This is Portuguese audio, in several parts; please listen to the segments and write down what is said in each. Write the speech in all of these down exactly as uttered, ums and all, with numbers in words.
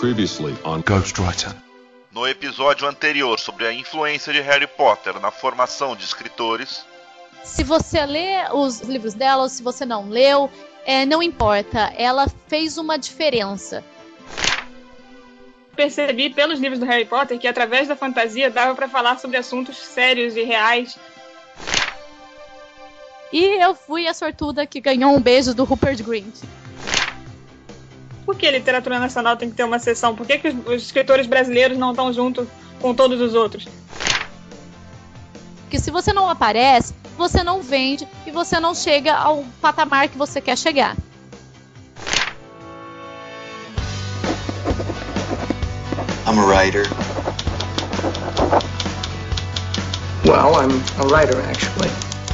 Previously on Ghostwriter. No episódio anterior sobre a influência de Harry Potter na formação de escritores. Se você lê os livros dela ou se você não leu, é, não importa. Ela fez uma diferença. Percebi pelos livros do Harry Potter que através da fantasia dava para falar sobre assuntos sérios e reais. E eu fui a sortuda que ganhou um beijo do Rupert Grint. Por que a literatura nacional tem que ter uma seção? Por que, que os, os escritores brasileiros não estão junto com todos os outros? Porque se você não aparece, você não vende e você não chega ao patamar que você quer chegar. I'm a writer. Well, I'm a writer, actually.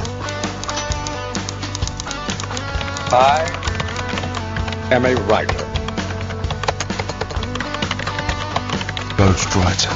I am a writer. Ghostwriter.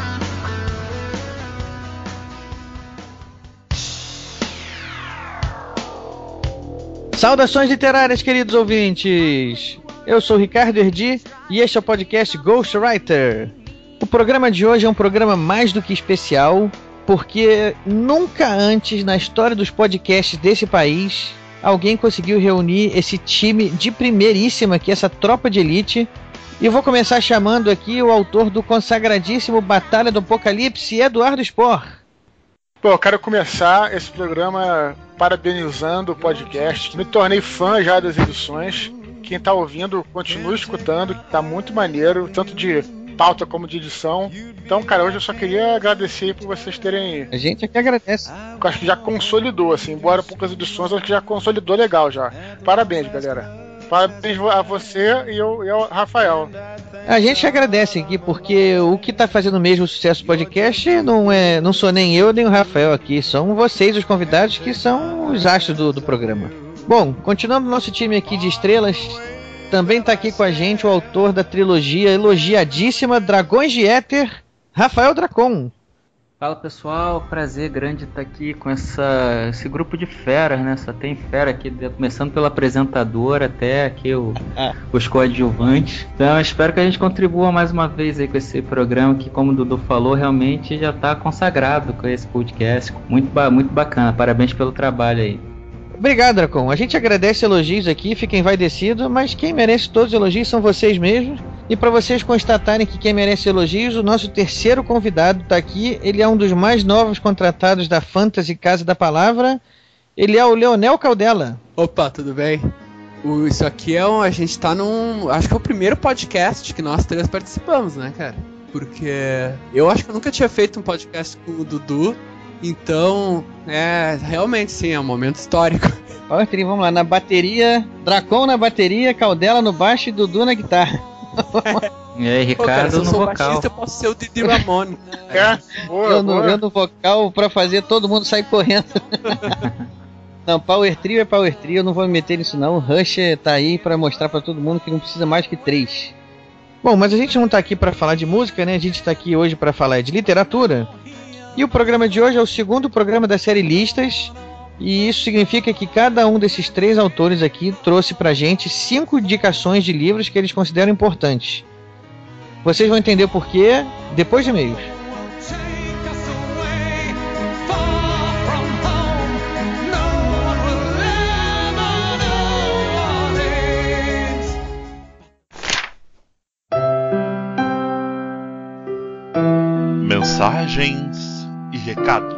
Saudações literárias, queridos ouvintes! Eu sou o Ricardo Erdi e este é o podcast Ghostwriter. O programa de hoje é um programa mais do que especial, porque nunca antes na história dos podcasts desse país alguém conseguiu reunir esse time de primeiríssima aqui, essa tropa de elite. E eu vou começar chamando aqui o autor do consagradíssimo Batalha do Apocalipse, Eduardo Spohr. Pô, eu quero começar esse programa parabenizando o podcast. Me tornei fã já das edições. Quem tá ouvindo, continue escutando, que tá muito maneiro, tanto de pauta como de edição. Então, cara, hoje eu só queria agradecer por vocês terem... A gente aqui agradece. Eu acho que já consolidou, assim, embora poucas edições, acho que já consolidou legal já. Parabéns, galera. Parabéns a você e ao, e ao Rafael. A gente agradece aqui, porque o que está fazendo mesmo o sucesso do podcast não, é, não sou nem eu nem o Rafael aqui, são vocês, os convidados, que são os astros do, do programa. Bom, continuando nosso time aqui de estrelas, também está aqui com a gente o autor da trilogia elogiadíssima Dragões de Éter, Rafael Dracon. Fala pessoal, prazer grande estar aqui com essa, esse grupo de feras, né? Só tem fera aqui, começando pelo apresentador até aqui o, ah. os coadjuvantes. Então eu espero que a gente contribua mais uma vez aí com esse programa que, como o Dudu falou, realmente já está consagrado com esse podcast. Muito, muito bacana, parabéns pelo trabalho aí. Obrigado, Dracon. A gente agradece elogios aqui, fica envaidecido, mas quem merece todos os elogios são vocês mesmos. E para vocês constatarem que quem merece elogios, o nosso terceiro convidado está aqui. Ele é um dos mais novos contratados da Fantasy Casa da Palavra. Ele é o Leonel Caldela. Opa, tudo bem? O, isso aqui é um... A gente tá num... Acho que é o primeiro podcast que nós três participamos, né, cara? Porque eu acho que eu nunca tinha feito um podcast com o Dudu. Então, é, realmente sim, é um momento histórico. Olha, vamos lá, na bateria, Dracon na bateria, Caldela no baixo e Dudu na guitarra. E aí, Ricardo, Pô, cara, se eu no sou vocal. Baixista, eu posso ser o Didi Ramone. É, boa, eu, boa. No, eu no vocal pra fazer todo mundo sair correndo. Não, Power Trio é Power Trio, eu não vou me meter nisso não. O Rush tá aí pra mostrar pra todo mundo que não precisa mais que três. Bom, mas a gente não tá aqui pra falar de música, né? A gente tá aqui hoje pra falar de literatura. E o programa de hoje é o segundo programa da série Listas, e isso significa que cada um desses três autores aqui trouxe pra gente cinco indicações de livros que eles consideram importantes. Vocês vão entender o porquê depois de e-mails. Mensagens e recados.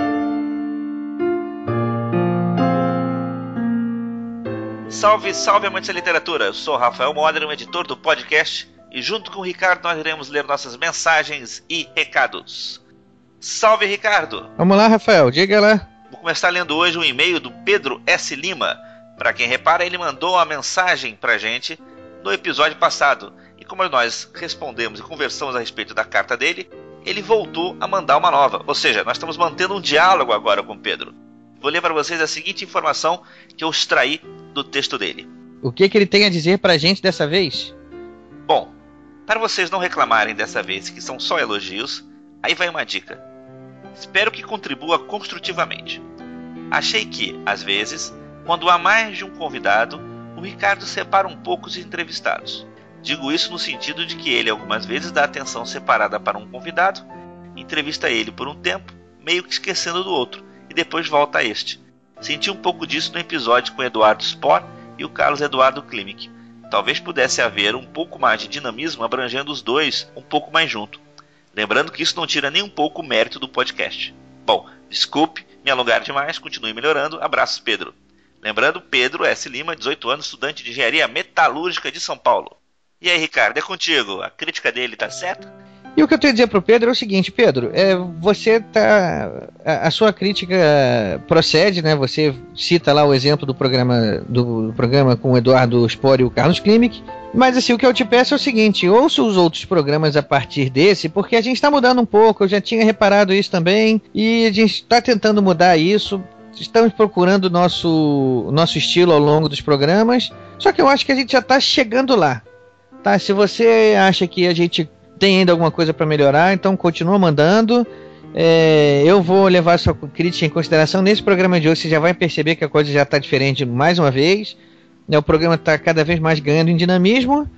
Salve, salve amantes da literatura! Eu sou Rafael Moder, um editor do podcast, e junto com o Ricardo nós iremos ler nossas mensagens e recados. Salve, Ricardo! Vamos lá, Rafael, diga lá. Vou começar lendo hoje um e-mail do Pedro S. Lima. Para quem repara, ele mandou uma mensagem pra gente no episódio passado, e como nós respondemos e conversamos a respeito da carta dele, ele voltou a mandar uma nova. Ou seja, nós estamos mantendo um diálogo agora com o Pedro. Vou ler para vocês a seguinte informação que eu extraí do texto dele. O que, que ele tem a dizer para a gente dessa vez? Bom, para vocês não reclamarem dessa vez que são só elogios, aí vai uma dica. Espero que contribua construtivamente. Achei que, às vezes, quando há mais de um convidado, o Ricardo separa um pouco os entrevistados. Digo isso no sentido de que ele algumas vezes dá atenção separada para um convidado, entrevista ele por um tempo, meio que esquecendo do outro, e depois volta a este. Senti um pouco disso no episódio com Eduardo Spohr e o Carlos Eduardo Klimek. Talvez pudesse haver um pouco mais de dinamismo abrangendo os dois um pouco mais junto. Lembrando que isso não tira nem um pouco o mérito do podcast. Bom, desculpe me alongar demais, continue melhorando. Abraços, Pedro. Lembrando, Pedro S. Lima, dezoito anos, estudante de Engenharia Metalúrgica de São Paulo. E aí, Ricardo, é contigo. A crítica dele tá certa? E o que eu tenho a dizer pro Pedro é o seguinte, Pedro, é, você tá. A, a sua crítica procede, né? Você cita lá o exemplo do programa do programa com o Eduardo Spohr e o Carlos Klimek. Mas assim, o que eu te peço é o seguinte, ouça os outros programas a partir desse, porque a gente está mudando um pouco, eu já tinha reparado isso também, e a gente está tentando mudar isso. Estamos procurando o nosso, nosso estilo ao longo dos programas, só que eu acho que a gente já está chegando lá. Tá? Se você acha que a gente tem ainda alguma coisa para melhorar, então continua mandando. É, eu vou levar a sua crítica em consideração. Nesse programa de hoje você já vai perceber que a coisa já está diferente mais uma vez. O programa está cada vez mais ganhando em dinamismo.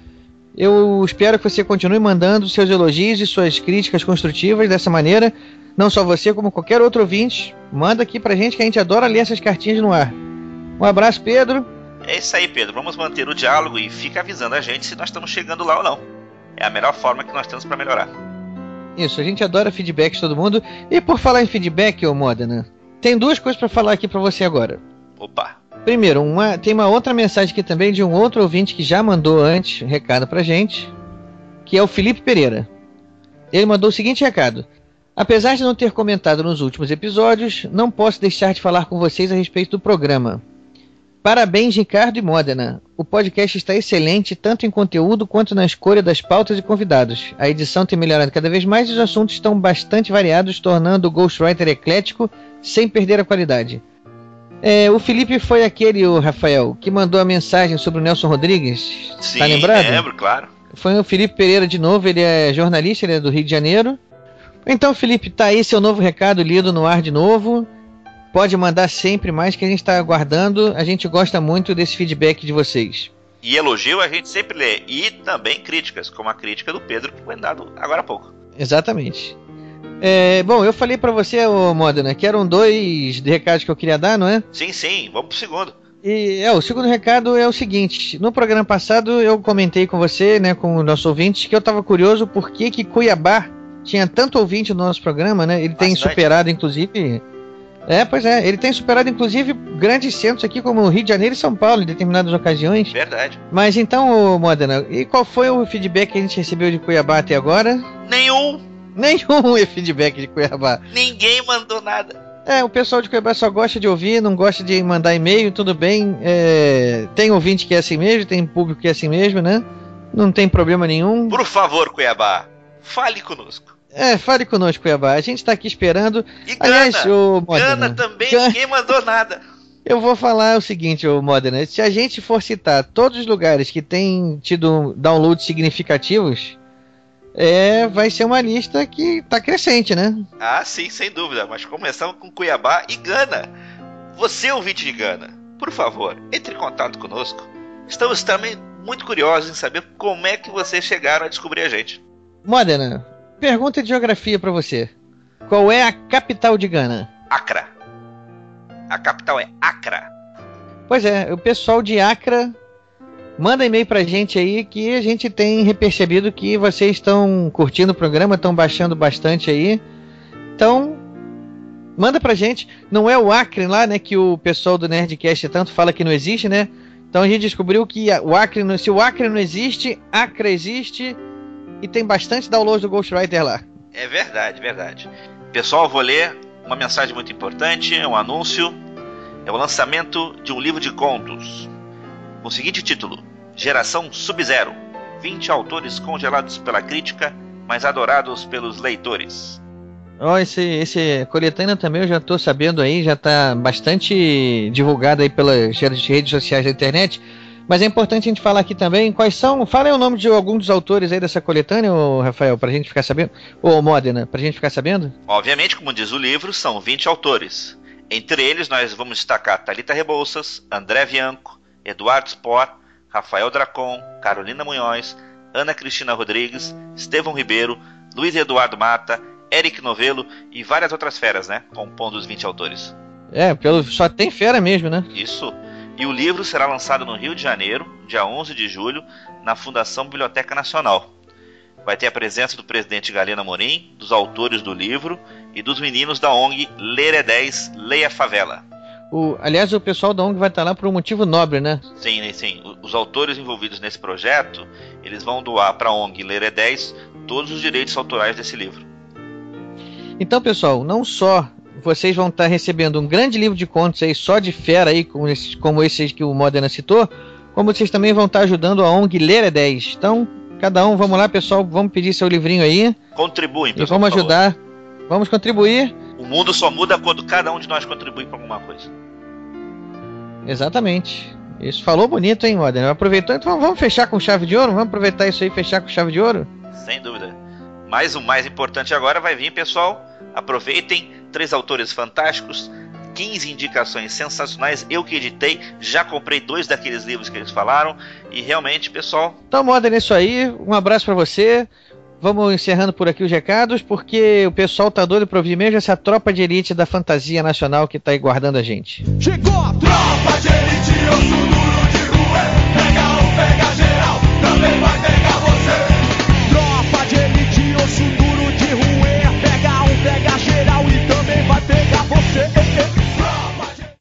Eu espero que você continue mandando seus elogios e suas críticas construtivas dessa maneira. Não só você, como qualquer outro ouvinte. Manda aqui pra gente que a gente adora ler essas cartinhas no ar. Um abraço, Pedro. É isso aí, Pedro. Vamos manter o diálogo e fica avisando a gente se nós estamos chegando lá ou não. É a melhor forma que nós temos para melhorar. Isso, a gente adora feedback de todo mundo. E por falar em feedback, ô Modena, tem duas coisas para falar aqui para você agora. Opa! Primeiro, uma, tem uma outra mensagem aqui também de um outro ouvinte que já mandou antes um recado pra gente, que é o Felipe Pereira. Ele mandou o seguinte recado: apesar de não ter comentado nos últimos episódios, não posso deixar de falar com vocês a respeito do programa. Parabéns, Ricardo e Modena. O podcast está excelente, tanto em conteúdo quanto na escolha das pautas e convidados. A edição tem melhorado cada vez mais e os assuntos estão bastante variados, tornando o Ghostwriter eclético sem perder a qualidade. É, o Felipe foi aquele, o Rafael, que mandou a mensagem sobre o Nelson Rodrigues. Sim, tá lembrado? lembro, claro. Foi o Felipe Pereira de novo, ele é jornalista, ele é do Rio de Janeiro. Então, Felipe, tá aí seu novo recado lido no ar de novo. Pode mandar sempre mais, que a gente está aguardando. A gente gosta muito desse feedback de vocês. E elogio a gente sempre lê. E também críticas, como a crítica do Pedro, que foi dado agora há pouco. Exatamente. É, bom, eu falei pra você, ô Modena, que eram dois recados que eu queria dar, não é? Sim, sim. Vamos pro segundo. E é, o segundo recado é o seguinte. No programa passado eu comentei com você, né, com o nosso ouvinte, que eu estava curioso por que que Cuiabá tinha tanto ouvinte no nosso programa, né? Ele tem Bastante. superado, inclusive... É, pois é, ele tem superado inclusive grandes centros aqui como Rio de Janeiro e São Paulo em determinadas ocasiões. Verdade. Mas então, ô, Modena, e qual foi o feedback que a gente recebeu de Cuiabá até agora? Nenhum. Nenhum feedback de Cuiabá. Ninguém mandou nada. É, o pessoal de Cuiabá só gosta de ouvir, não gosta de mandar e-mail, tudo bem. É, tem ouvinte que é assim mesmo, tem público que é assim mesmo, né? Não tem problema nenhum. Por favor, Cuiabá, fale conosco. É, fale conosco, Cuiabá. A gente tá aqui esperando. E Gana, Aliás, ô, Modena, Gana também, Gana... ninguém mandou nada. Eu vou falar o seguinte, ô Modena, se a gente for citar todos os lugares que tem tido downloads significativos, é, vai ser uma lista que tá crescente, né? Ah, sim, sem dúvida, mas começamos com Cuiabá e Gana. Você, ouvinte de Gana, por favor, entre em contato conosco. Estamos também muito curiosos em saber como é que vocês chegaram a descobrir a gente. Modena, pergunta de geografia pra você. Qual é a capital de Gana? Accra. A capital é Accra. Pois é, o pessoal de Accra manda e-mail pra gente aí, que a gente tem percebido que vocês estão curtindo o programa, estão baixando bastante aí. Então, manda pra gente. Não é o Acre lá, né, que o pessoal do Nerdcast tanto fala que não existe, né? Então a gente descobriu que o Acre, se o Acre não existe, Accra existe. E tem bastante download do Ghostwriter lá. É verdade, verdade. Pessoal, vou ler uma mensagem muito importante, é um anúncio. É o lançamento de um livro de contos com o seguinte título: Geração Sub-Zero. vinte autores congelados pela crítica, mas adorados pelos leitores. Ó, oh, esse, esse coletânea também eu já tô sabendo aí, já tá bastante divulgado aí pelas redes sociais da internet. Mas é importante a gente falar aqui também quais são. Fala aí o nome de algum dos autores aí dessa coletânea, ô Rafael, pra gente ficar sabendo. Ou Modena, pra gente ficar sabendo? Obviamente, como diz o livro, são vinte autores. Entre eles, nós vamos destacar Thalita Rebouças, André Bianco, Eduardo Spohr, Rafael Dracon, Carolina Munhoz, Ana Cristina Rodrigues, Estevão Ribeiro, Luiz Eduardo Mata, Eric Novello e várias outras feras, né? Compondo os vinte autores. É, pelo, só tem fera mesmo, né? Isso. E o livro será lançado no Rio de Janeiro, dia onze de julho, na Fundação Biblioteca Nacional. Vai ter a presença do presidente Galeno Amorim, dos autores do livro e dos meninos da O N G Ler é dez, Leia Favela. O, aliás, o pessoal da O N G vai estar lá por um motivo nobre, né? Sim, sim. Os autores envolvidos nesse projeto, eles vão doar para a O N G Ler é dez todos os direitos autorais desse livro. Então, pessoal, não só vocês vão estar recebendo um grande livro de contos aí, só de fera aí, como esses, como esses que o Modena citou, como vocês também vão estar ajudando a O N G Ler é dez. Então, cada um, vamos lá, pessoal, vamos pedir seu livrinho aí. Contribuem, pessoal. E vamos ajudar, vamos contribuir. O mundo só muda quando cada um de nós contribui para alguma coisa. Exatamente. Isso falou bonito, hein, Modena? Aproveitou, então vamos fechar com chave de ouro? Vamos aproveitar isso aí e fechar com chave de ouro? Sem dúvida. Mas o mais importante agora vai vir, pessoal. Aproveitem, três autores fantásticos, quinze indicações sensacionais. Eu que editei, já comprei dois daqueles livros que eles falaram. E realmente, pessoal... Então, Modena, é isso aí. Um abraço pra você. Vamos encerrando por aqui os recados, porque o pessoal tá doido pra ouvir mesmo essa tropa de elite da fantasia nacional que tá aí guardando a gente. Chegou a tropa de elite, eu sou duro de rua. Pega um, pega geral, também vai pegar você. Tropa de elite, eu sou duro de rua. Pega um, pega geral e também vai pegar você. Tropa de...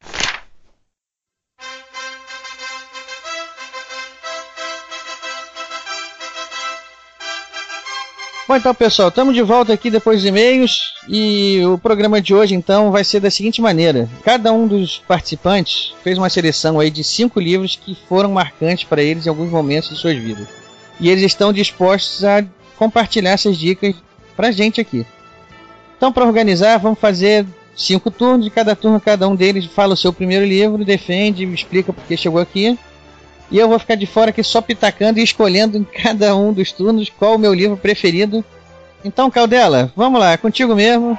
Bom, então, pessoal, estamos de volta aqui depois dos e-mails e o programa de hoje, então, vai ser da seguinte maneira. Cada um dos participantes fez uma seleção aí de cinco livros que foram marcantes para eles em alguns momentos de suas vidas. E eles estão dispostos a compartilhar essas dicas pra gente aqui. Então, para organizar, vamos fazer cinco turnos e cada turno cada um deles fala o seu primeiro livro, defende, explica por que chegou aqui. E eu vou ficar de fora aqui só pitacando e escolhendo em cada um dos turnos qual o meu livro preferido. Então, Caldela, vamos lá, é contigo mesmo.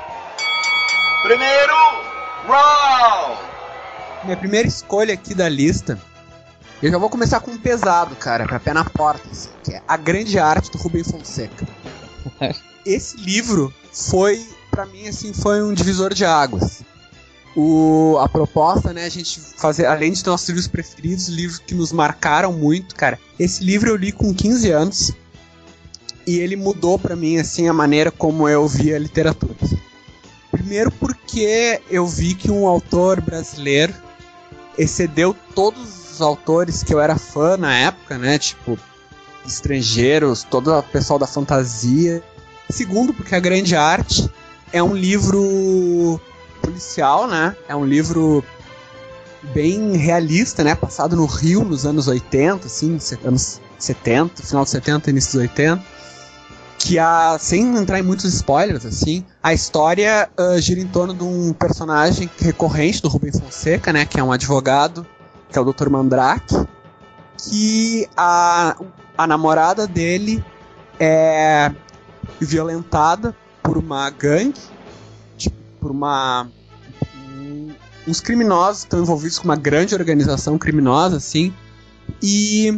Primeiro round! Minha primeira escolha aqui da lista, eu já vou começar com um pesado, cara, pra pé na porta, assim, que é A Grande Arte, do Rubem Fonseca. Esse livro foi, pra mim, assim, foi um divisor de águas. O, a proposta, né, a gente fazer, além de ter nossos livros preferidos, livros que nos marcaram muito, cara. Esse livro eu li com quinze anos e ele mudou pra mim, assim, a maneira como eu via a literatura. Primeiro porque eu vi que um autor brasileiro excedeu todos os autores que eu era fã na época, né, tipo, estrangeiros, todo o pessoal da fantasia. Segundo porque A Grande Arte é um livro policial, né? É um livro bem realista, né? Passado no Rio nos anos oitenta, assim, anos setenta, final dos setenta, início dos oitenta. Que a, sem entrar em muitos spoilers, assim, a história uh, gira em torno de um personagem recorrente do Rubem Fonseca, né? Que é um advogado, que é o doutor Mandrake, que a, a namorada dele é violentada por uma gangue, por uma um, uns criminosos que estão envolvidos com uma grande organização criminosa, assim, e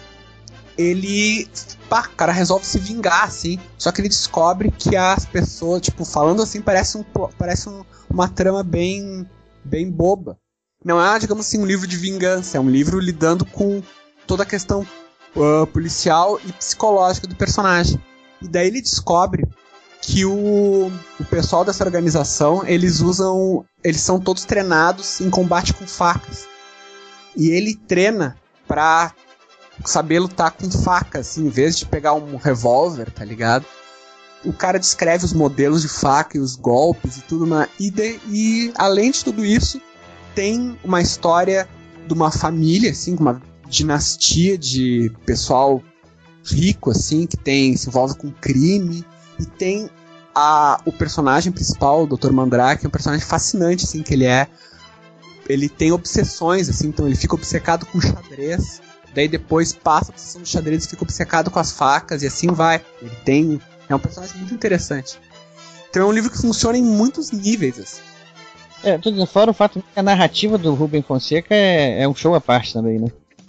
ele, pá, o cara resolve se vingar, assim, só que ele descobre que as pessoas, tipo, falando assim, parece, um, parece um, uma trama bem, bem boba. Não é, digamos assim, um livro de vingança, é um livro lidando com toda a questão uh, policial e psicológica do personagem. E daí ele descobre que o, o pessoal dessa organização, eles usam, eles são todos treinados em combate com facas. E ele treina pra saber lutar com facas, assim, em vez de pegar um revólver, tá ligado? O cara descreve os modelos de faca e os golpes e tudo mais. E, de, e além de tudo isso, tem uma história de uma família, assim, uma dinastia de pessoal rico, assim, que tem, se envolve com crime. E tem a, o personagem principal, o doutor Mandrake, é um personagem fascinante, assim, que ele é... Ele tem obsessões, assim, então ele fica obcecado com xadrez, daí depois passa a obsessão do xadrez e fica obcecado com as facas, e assim vai. Ele tem... É um personagem muito interessante. Então é um livro que funciona em muitos níveis, assim. É, tudo fora o fato que a narrativa do Rubem Fonseca é, é um show à parte também, né?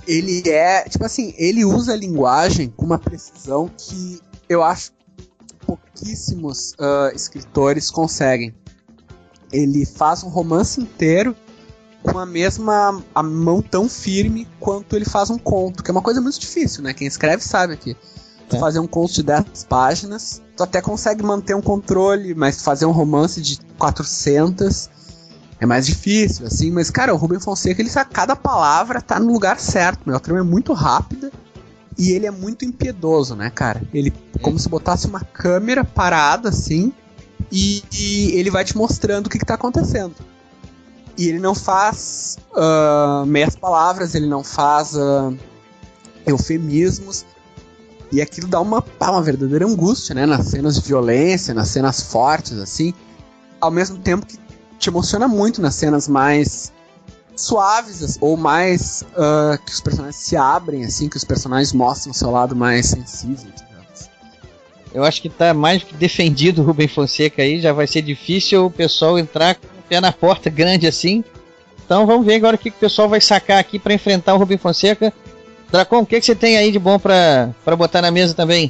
ele é, tipo assim, ele usa a linguagem com uma precisão que eu acho pouquíssimos uh, escritores conseguem. Ele faz um romance inteiro com a mesma a mão tão firme quanto ele faz um conto, que é uma coisa muito difícil, né? Quem escreve sabe que tu é. fazer um conto de dez páginas, tu até consegue manter um controle, mas fazer um romance de quatrocentas é mais difícil, assim. Mas, cara, o Rubem Fonseca, ele sabe, cada palavra tá no lugar certo, meu. A trama é muito rápida e ele é muito impiedoso, né, cara? Ele, como se botasse uma câmera parada, assim, e, e ele vai te mostrando o que que tá acontecendo. E ele não faz uh, meias palavras, ele não faz uh, eufemismos. E aquilo dá uma, uma verdadeira angústia, né? Nas cenas de violência, nas cenas fortes, assim. Ao mesmo tempo que te emociona muito nas cenas mais suaves, ou mais uh, que os personagens se abrem, assim, que os personagens mostram o seu lado mais sensível, digamos. Eu acho que tá mais que defendido o Rubem Fonseca aí, já vai ser difícil o pessoal entrar com o pé na porta grande assim. Então vamos ver agora o que o pessoal vai sacar aqui para enfrentar o Rubem Fonseca. Dracon, o que, que você tem aí de bom pra, pra botar na mesa também?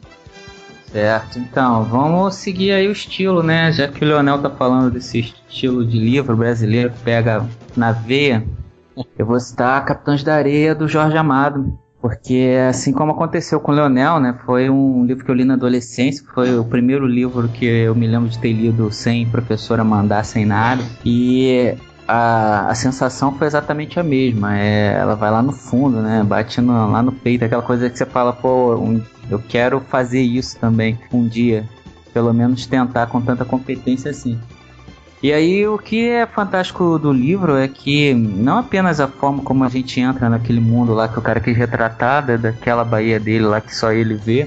Certo, então, vamos seguir aí o estilo, né? Já que o Leonel tá falando desse estilo de livro brasileiro que pega na veia, eu vou citar Capitães da Areia, do Jorge Amado. Porque, assim como aconteceu com o Leonel, né? Foi um livro que eu li na adolescência, foi o primeiro livro que eu me lembro de ter lido sem professora mandar, sem nada. E A, a sensação foi exatamente a mesma. É, ela vai lá no fundo, né? Bate no, lá no peito, aquela coisa que você fala, pô, um, eu quero fazer isso também um dia. Pelo menos tentar com tanta competência assim. E aí o que é fantástico do livro é que não apenas a forma como a gente entra naquele mundo lá que o cara quis retratar, daquela Bahia dele lá que só ele vê,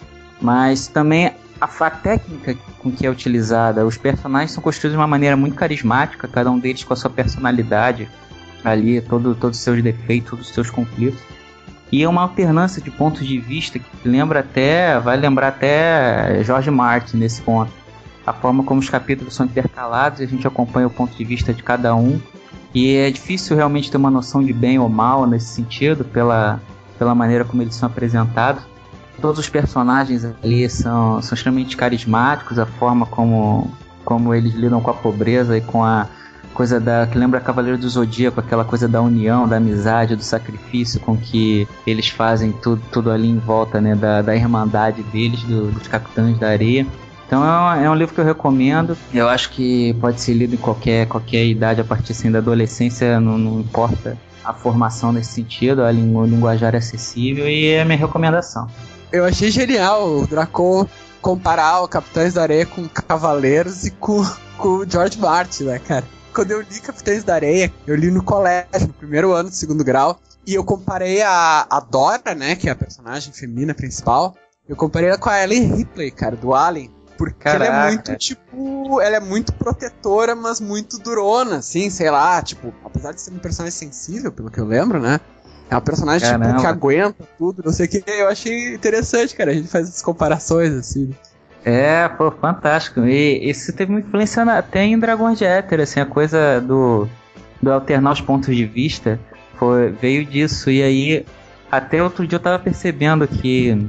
mas também a, a técnica com que é utilizada. Os personagens são construídos de uma maneira muito carismática, cada um deles com a sua personalidade ali, todo, todos os seus defeitos, todos os seus conflitos. E é uma alternância de pontos de vista que lembra até, vai lembrar até George Martin nesse ponto. A forma como os capítulos são intercalados, a gente acompanha o ponto de vista de cada um. E é difícil realmente ter uma noção de bem ou mal nesse sentido, pela, pela maneira como eles são apresentados. Todos os personagens ali são, são extremamente carismáticos, a forma como, como eles lidam com a pobreza e com a coisa da, que lembra Cavaleiro do Zodíaco, aquela coisa da união, da amizade, do sacrifício com que eles fazem tudo, tudo ali em volta, né, da, da irmandade deles, do, dos Capitães da Areia. Então é um, é um livro que eu recomendo. Eu acho que pode ser lido em qualquer, qualquer idade, a partir assim, da adolescência, não, não importa a formação nesse sentido, a lingu, o linguajar é acessível e é a minha recomendação. Eu achei genial o Dracon comparar o Capitães da Areia com Cavaleiros e com, com o George Martin, né, cara? Quando eu li Capitães da Areia, eu li no colégio, no primeiro ano do segundo grau, e eu comparei a, a Dora, né, que é a personagem feminina principal, eu comparei ela com a Ellen Ripley, cara, do Alien. Porque Caraca. ela é muito, tipo, ela é muito protetora, mas muito durona, assim, sei lá, tipo, apesar de ser um personagem sensível, pelo que eu lembro, né? É uma personagem, Caramba. tipo, que aguenta tudo, não sei o que. Eu achei interessante, cara, a gente faz essas comparações, assim. É, pô, fantástico. E isso teve uma influência na, até em Dragões de Éter, assim, a coisa do, do alternar os pontos de vista foi, veio disso. E aí, até outro dia eu tava percebendo que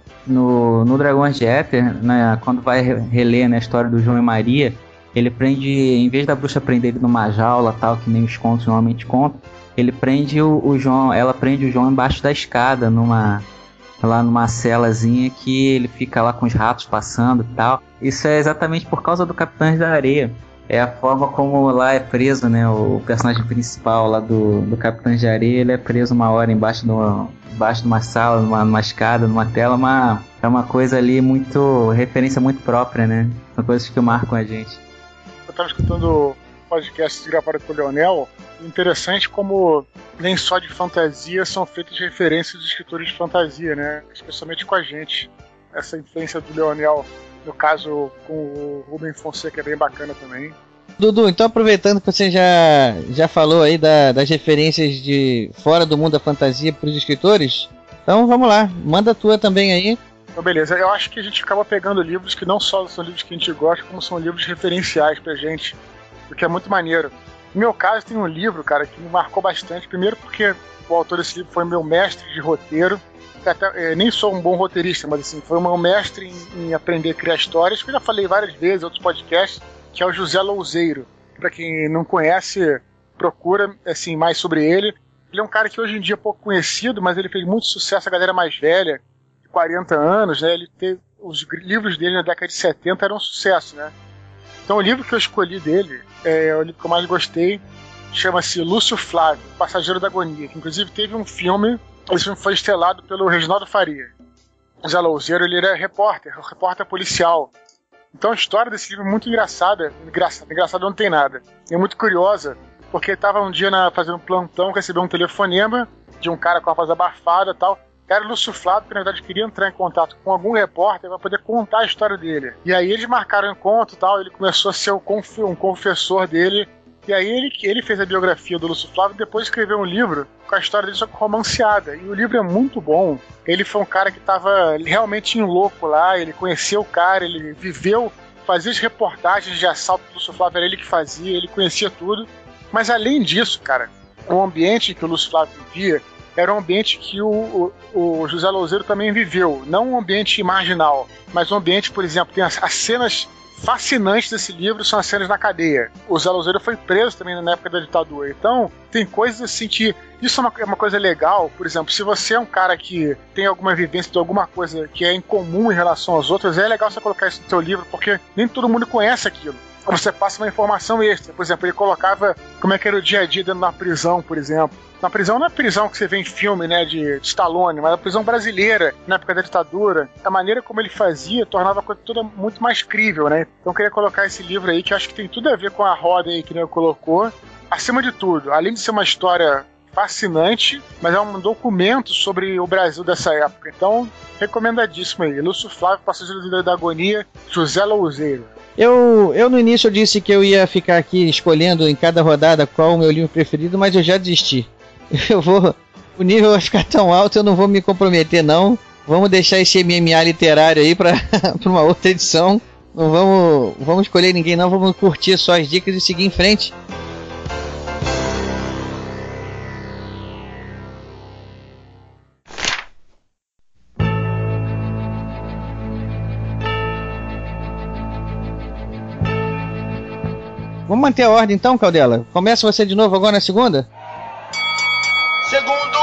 No, no Dragões de Éter, né, quando vai reler, né, a história do João e Maria, ele prende, em vez da bruxa prender ele numa jaula, tal, que nem os contos normalmente contam, ele prende o, o João, ela prende o João embaixo da escada, numa, lá numa celazinha que ele fica lá com os ratos passando e tal. Isso é exatamente por causa do Capitães da Areia. É a forma como lá é preso, né, o personagem principal lá do, do Capitães de Areia, ele é preso uma hora embaixo de uma, embaixo de uma sala, numa, numa escada, numa tela, uma, é uma coisa ali muito, referência muito própria, né? São coisas que marcam a gente. Eu estava escutando o podcast gravado com o Leonel, interessante como nem só de fantasia são feitas referências de escritores de fantasia, né? Especialmente com a gente. Essa influência do Leonel, no caso com o Rubem Fonseca, é bem bacana também. Dudu, então aproveitando que você já, já falou aí da, das referências de fora do mundo da fantasia para os escritores, então vamos lá, manda a tua também aí. Então beleza, eu acho que a gente acaba pegando livros que não só são livros que a gente gosta, como são livros referenciais pra gente, o que é muito maneiro. No meu caso, tem um livro, cara, que me marcou bastante. Primeiro porque o autor desse livro foi meu mestre de roteiro. Até, é, nem sou um bom roteirista, mas assim, foi o meu mestre em, em aprender a criar histórias, que eu já falei várias vezes em outros podcasts, que é o José Louzeiro. Pra quem não conhece, procura assim, mais sobre ele. Ele é um cara que hoje em dia é pouco conhecido, mas ele fez muito sucesso a galera mais velha, de quarenta anos, né? Ele teve, os livros dele na década de setenta eram um sucesso, né? Então o livro que eu escolhi dele, é o livro que eu mais gostei, chama-se Lúcio Flávio, Passageiro da Agonia, que inclusive teve um filme. Esse filme foi estrelado pelo Reginaldo Faria. O Zé Louzeiro, ele era repórter, repórter policial. Então a história desse livro é muito engraçada. Engraçada, engraçada não tem nada. É muito curiosa, porque ele estava um dia na, fazendo um plantão, recebeu um telefonema de um cara com a voz abafada e tal. Era o Lúcio Flávio, que na verdade queria entrar em contato com algum repórter para poder contar a história dele. E aí eles marcaram um encontro e tal, ele começou a ser o conf, um confessor dele. E aí ele, ele fez a biografia do Lúcio Flávio e depois escreveu um livro com a história dele só que romanceada. E o livro é muito bom. Ele foi um cara que estava realmente em louco lá, ele conheceu o cara, ele viveu, fazia as reportagens de assalto do Lúcio Flávio, era ele que fazia, ele conhecia tudo. Mas além disso, cara, o ambiente que o Lúcio Flávio vivia era um ambiente que o, o, o José Louzeiro também viveu. Não um ambiente marginal, mas um ambiente, por exemplo, tem as, as cenas fascinantes desse livro são as cenas na cadeia. O Zé Louzeiro foi preso também na época da ditadura. Então, tem coisas assim que... Isso é uma, é uma coisa legal. Por exemplo, se você é um cara que tem alguma vivência de alguma coisa que é incomum em relação aos outros, é legal você colocar isso no seu livro, porque nem todo mundo conhece aquilo. Você passa uma informação extra. Por exemplo, ele colocava como é que era o dia a dia dentro da prisão, por exemplo. Na prisão não é a prisão que você vê em filme, né, de, de Stallone, mas a prisão brasileira, na época da ditadura. A maneira como ele fazia tornava a coisa toda muito mais crível, né? Então eu queria colocar esse livro aí, que eu acho que tem tudo a ver com a roda aí que ele colocou. Acima de tudo, além de ser uma história fascinante, mas é um documento sobre o Brasil dessa época. Então, recomendadíssimo aí. Lúcio Flávio, Passageiro da Agonia, José Louzeiro. Eu, eu no início eu disse que eu ia ficar aqui escolhendo em cada rodada qual o meu livro preferido, mas eu já desisti. Eu vou. O nível vai ficar tão alto, eu não vou me comprometer, não. Vamos deixar esse M M A literário aí para uma outra edição. Não vamos, vamos escolher ninguém, não. Vamos curtir só as dicas e seguir em frente. Vamos manter a ordem então, Caldela? Começa você de novo agora na segunda? Segundo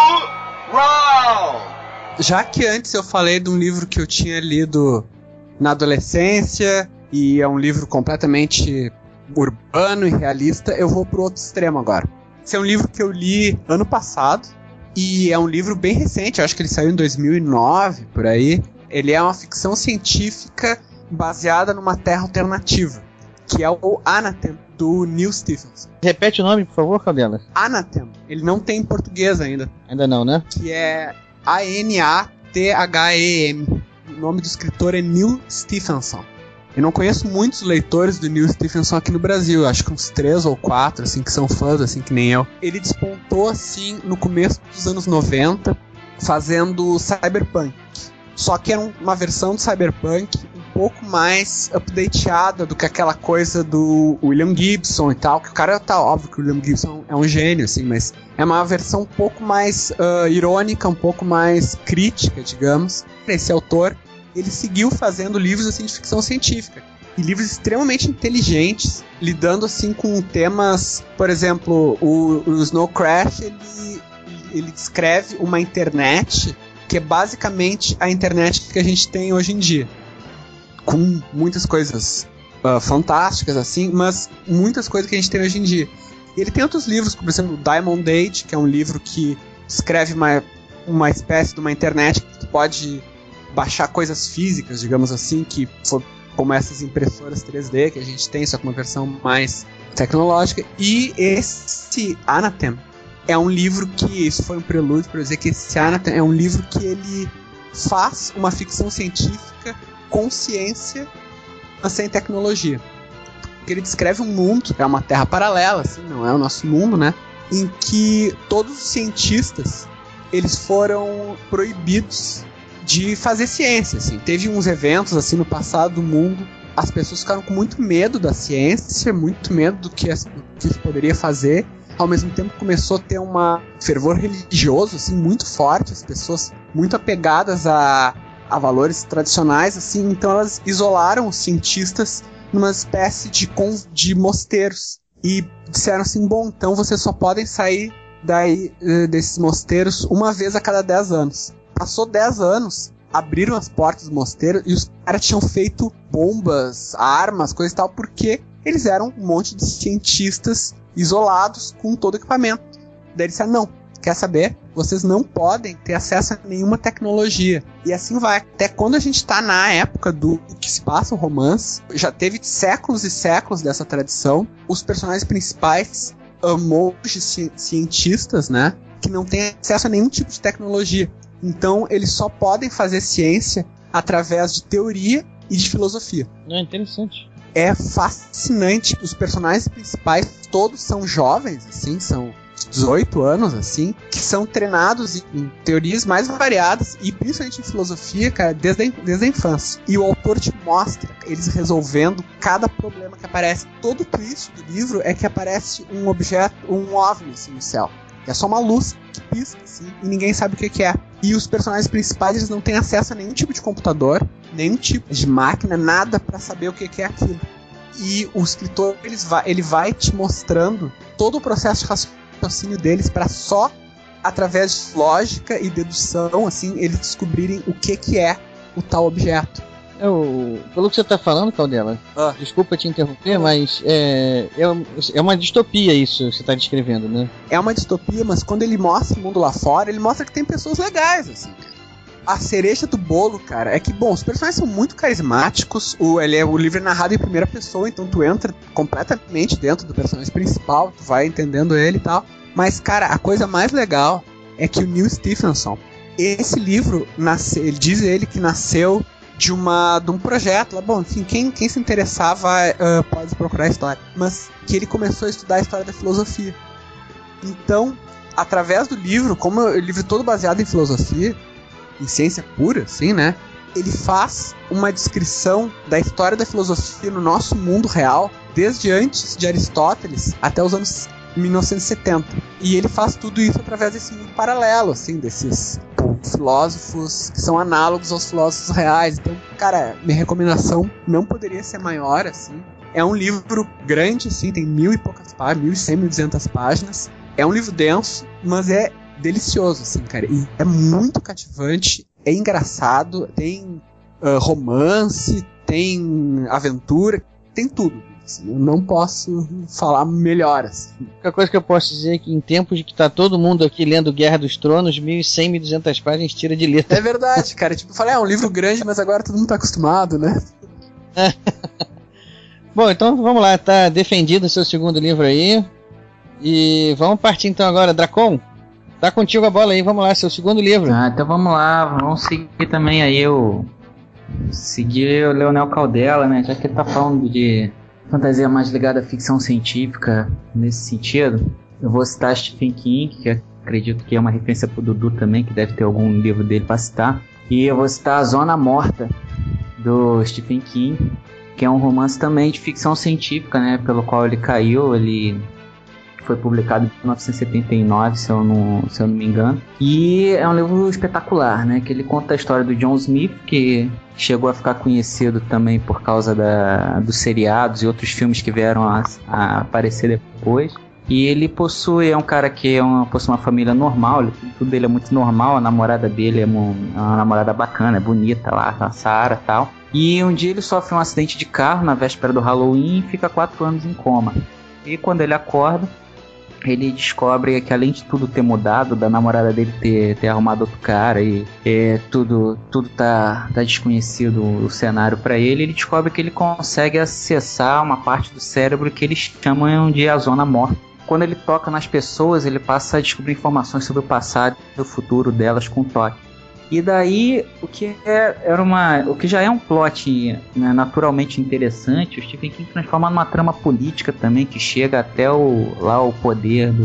round! Já que antes eu falei de um livro que eu tinha lido na adolescência e é um livro completamente urbano e realista, eu vou pro outro extremo agora. Esse é um livro que eu li ano passado e é um livro bem recente, eu acho que ele saiu em dois mil e nove, por aí. Ele é uma ficção científica baseada numa terra alternativa, que é o Anathem, do Neil Stephenson. Repete o nome, por favor, Caldela. Anathem. Ele não tem em português ainda. Ainda não, né? Que é A N A T H E M. O nome do escritor é Neil Stephenson. Eu não conheço muitos leitores do Neil Stephenson aqui no Brasil. Acho que uns três ou quatro, assim, que são fãs, assim, que nem eu. Ele despontou, assim, no começo dos anos noventa, fazendo cyberpunk. Só que era uma versão do cyberpunk um pouco mais updateada do que aquela coisa do William Gibson e tal, que o cara tá óbvio que o William Gibson é um gênio, assim, mas é uma versão um pouco mais uh, irônica, um pouco mais crítica, digamos. Esse autor, ele seguiu fazendo livros assim de ficção científica, e livros extremamente inteligentes, lidando assim com temas, por exemplo, o, o Snow Crash, ele, ele descreve uma internet que é basicamente a internet que a gente tem hoje em dia, com muitas coisas uh, fantásticas, assim, mas muitas coisas que a gente tem hoje em dia. E ele tem outros livros, como por exemplo Diamond Age, que é um livro que descreve uma, uma espécie de uma internet que tu pode baixar coisas físicas, digamos assim, que for, como essas impressoras três D que a gente tem, só com uma versão mais tecnológica. E esse Anathem é um livro que, isso foi um prelúdio para dizer que esse Anathem é um livro que ele faz uma ficção científica com ciência, mas sem tecnologia. Porque ele descreve um mundo, é uma terra paralela, assim, não é o nosso mundo, né? Em que todos os cientistas, eles foram proibidos de fazer ciência, assim. Teve uns eventos, assim, no passado do mundo, as pessoas ficaram com muito medo da ciência, muito medo do que, do que isso poderia fazer. Ao mesmo tempo começou a ter um fervor religioso, assim, muito forte, as pessoas muito apegadas a, a valores tradicionais, assim, então elas isolaram os cientistas numa espécie de, de mosteiros. E disseram assim, bom, então vocês só podem sair daí, desses mosteiros uma vez a cada dez anos. Passou dez anos, abriram as portas do mosteiro e os caras tinham feito bombas, armas, coisa e tal, porque eles eram um monte de cientistas isolados com todo o equipamento. Daí eles disseram, não, quer saber? Vocês não podem ter acesso a nenhuma tecnologia. E assim vai. Até quando a gente está na época do que se passa o romance, já teve séculos e séculos dessa tradição. Os personagens principais, monges cientistas, né, que não têm acesso a nenhum tipo de tecnologia. Então eles só podem fazer ciência através de teoria e de filosofia. É interessante. É fascinante. Os personagens principais todos são jovens, assim, são dezoito anos, assim, que são treinados em teorias mais variadas e principalmente em filosofia, cara, desde a, desde a infância. E o autor te mostra eles resolvendo cada problema que aparece. Todo o twist do livro é que aparece um objeto, um OVNI, assim, no céu. É só uma luz que pisca, assim, e ninguém sabe o que, que é. E os personagens principais, eles não têm acesso a nenhum tipo de computador, nenhum tipo de máquina, nada pra saber o que, que é aquilo. E o escritor, eles vai, ele vai te mostrando todo o processo de raciocínio deles para só, através de lógica e dedução, assim, eles descobrirem o que, que é o tal objeto. Eu, pelo que você tá falando, Caldela, ah. desculpa te interromper, mas é, é, é uma distopia isso que você tá descrevendo, né? É uma distopia, mas quando ele mostra o mundo lá fora, ele mostra que tem pessoas legais, assim. A cereja do bolo, cara, é que, bom, os personagens são muito carismáticos, o, ele é, o livro é narrado em primeira pessoa, então tu entra completamente dentro do personagem principal, tu vai entendendo ele e tal. Mas, cara, a coisa mais legal é que o Neil Stephenson, esse livro, nasce, ele diz ele que nasceu de, uma, de um projeto, bom, enfim, quem, quem se interessava uh, pode procurar a história, mas que ele começou a estudar a história da filosofia. Então, através do livro, como o livro é todo baseado em filosofia, em ciência pura, assim, né, ele faz uma descrição da história da filosofia no nosso mundo real, desde antes de Aristóteles até os anos mil novecentos e setenta. E ele faz tudo isso através desse mundo paralelo, assim, desses filósofos que são análogos aos filósofos reais. Então, cara, minha recomendação não poderia ser maior, assim. É um livro grande, assim, tem mil e poucas páginas, mil e cem, mil e duzentas páginas. É um livro denso, mas é delicioso, assim, cara. E é muito cativante, é engraçado, tem uh, romance, tem aventura, tem tudo. Assim, eu não posso falar melhor, assim. A única coisa que eu posso dizer é que em tempos de que tá todo mundo aqui lendo Guerra dos Tronos, mil e cem, mil e duzentas páginas tira de letra. É verdade, cara. Tipo, eu falei, é um livro grande, mas agora todo mundo tá acostumado, né? Bom, então vamos lá, tá defendido o seu segundo livro aí. E vamos partir então agora, Dracon. Tá contigo a bola aí, vamos lá, seu segundo livro. Ah, então vamos lá, vamos seguir também aí o... Seguir o Leonel Caldela, né? Já que ele tá falando de fantasia mais ligada à ficção científica nesse sentido, eu vou citar Stephen King, que acredito que é uma referência pro Dudu também, que deve ter algum livro dele para citar. E eu vou citar A Zona Morta, do Stephen King, que é um romance também de ficção científica, né? Pelo qual ele caiu, ele foi publicado em mil novecentos e setenta e nove, se eu não, se eu não me engano. E é um livro espetacular, né? Que ele conta a história do John Smith, que chegou a ficar conhecido também por causa da, dos seriados e outros filmes que vieram a, a aparecer depois. E ele possui, é um cara que é uma, possui uma família normal, ele, tudo dele é muito normal, a namorada dele é uma, é uma namorada bacana, é bonita lá, a Sarah e tal. E um dia ele sofre um acidente de carro na véspera do Halloween e fica quatro anos em coma. E quando ele acorda, ele descobre que, além de tudo ter mudado, da namorada dele ter, ter arrumado outro cara e é, tudo, tudo tá, tá desconhecido o cenário para ele, ele descobre que ele consegue acessar uma parte do cérebro que eles chamam de a zona morta. Quando ele toca nas pessoas, ele passa a descobrir informações sobre o passado e o futuro delas com toque. E daí, o que, é, era uma, o que já é um plot, né, naturalmente interessante, o Stephen King transforma numa trama política também, que chega até o, lá o poder do,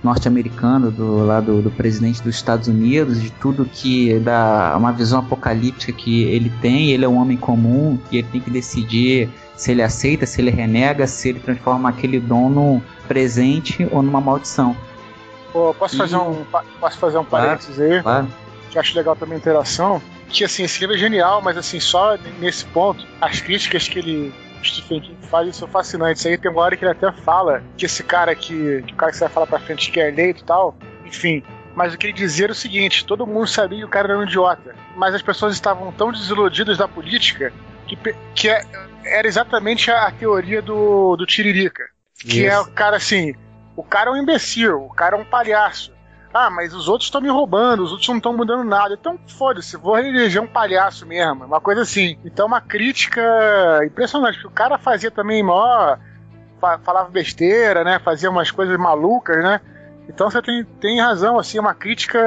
norte-americano, do lado do presidente dos Estados Unidos, de tudo que dá uma visão apocalíptica que ele tem. Ele é um homem comum e ele tem que decidir se ele aceita, se ele renega, se ele transforma aquele dom num presente ou numa maldição. Pô, posso, e... fazer um, posso fazer um parênteses aí? Claro. Que eu acho legal também a interação. Que assim, esse livro é genial, mas assim, só nesse ponto, as críticas que ele, Stephen King, faz são fascinantes. Aí tem uma hora que ele até fala que esse cara que, que o cara que você vai falar pra frente que é eleito e tal, enfim. Mas o que ele dizia era o seguinte: todo mundo sabia que o cara era um idiota, mas as pessoas estavam tão desiludidas da política que, que é, era exatamente a, a teoria do, do Tiririca. Que Isso. é o cara assim, o cara é um imbecil, o cara é um palhaço. Ah, mas os outros estão me roubando, os outros não estão mudando nada. Então, foda-se, vou eleger um palhaço mesmo. Uma coisa assim. Então, uma crítica impressionante. Porque o cara fazia também mó... falava besteira, né? Fazia umas coisas malucas, né? Então, você tem, tem razão, assim, uma crítica...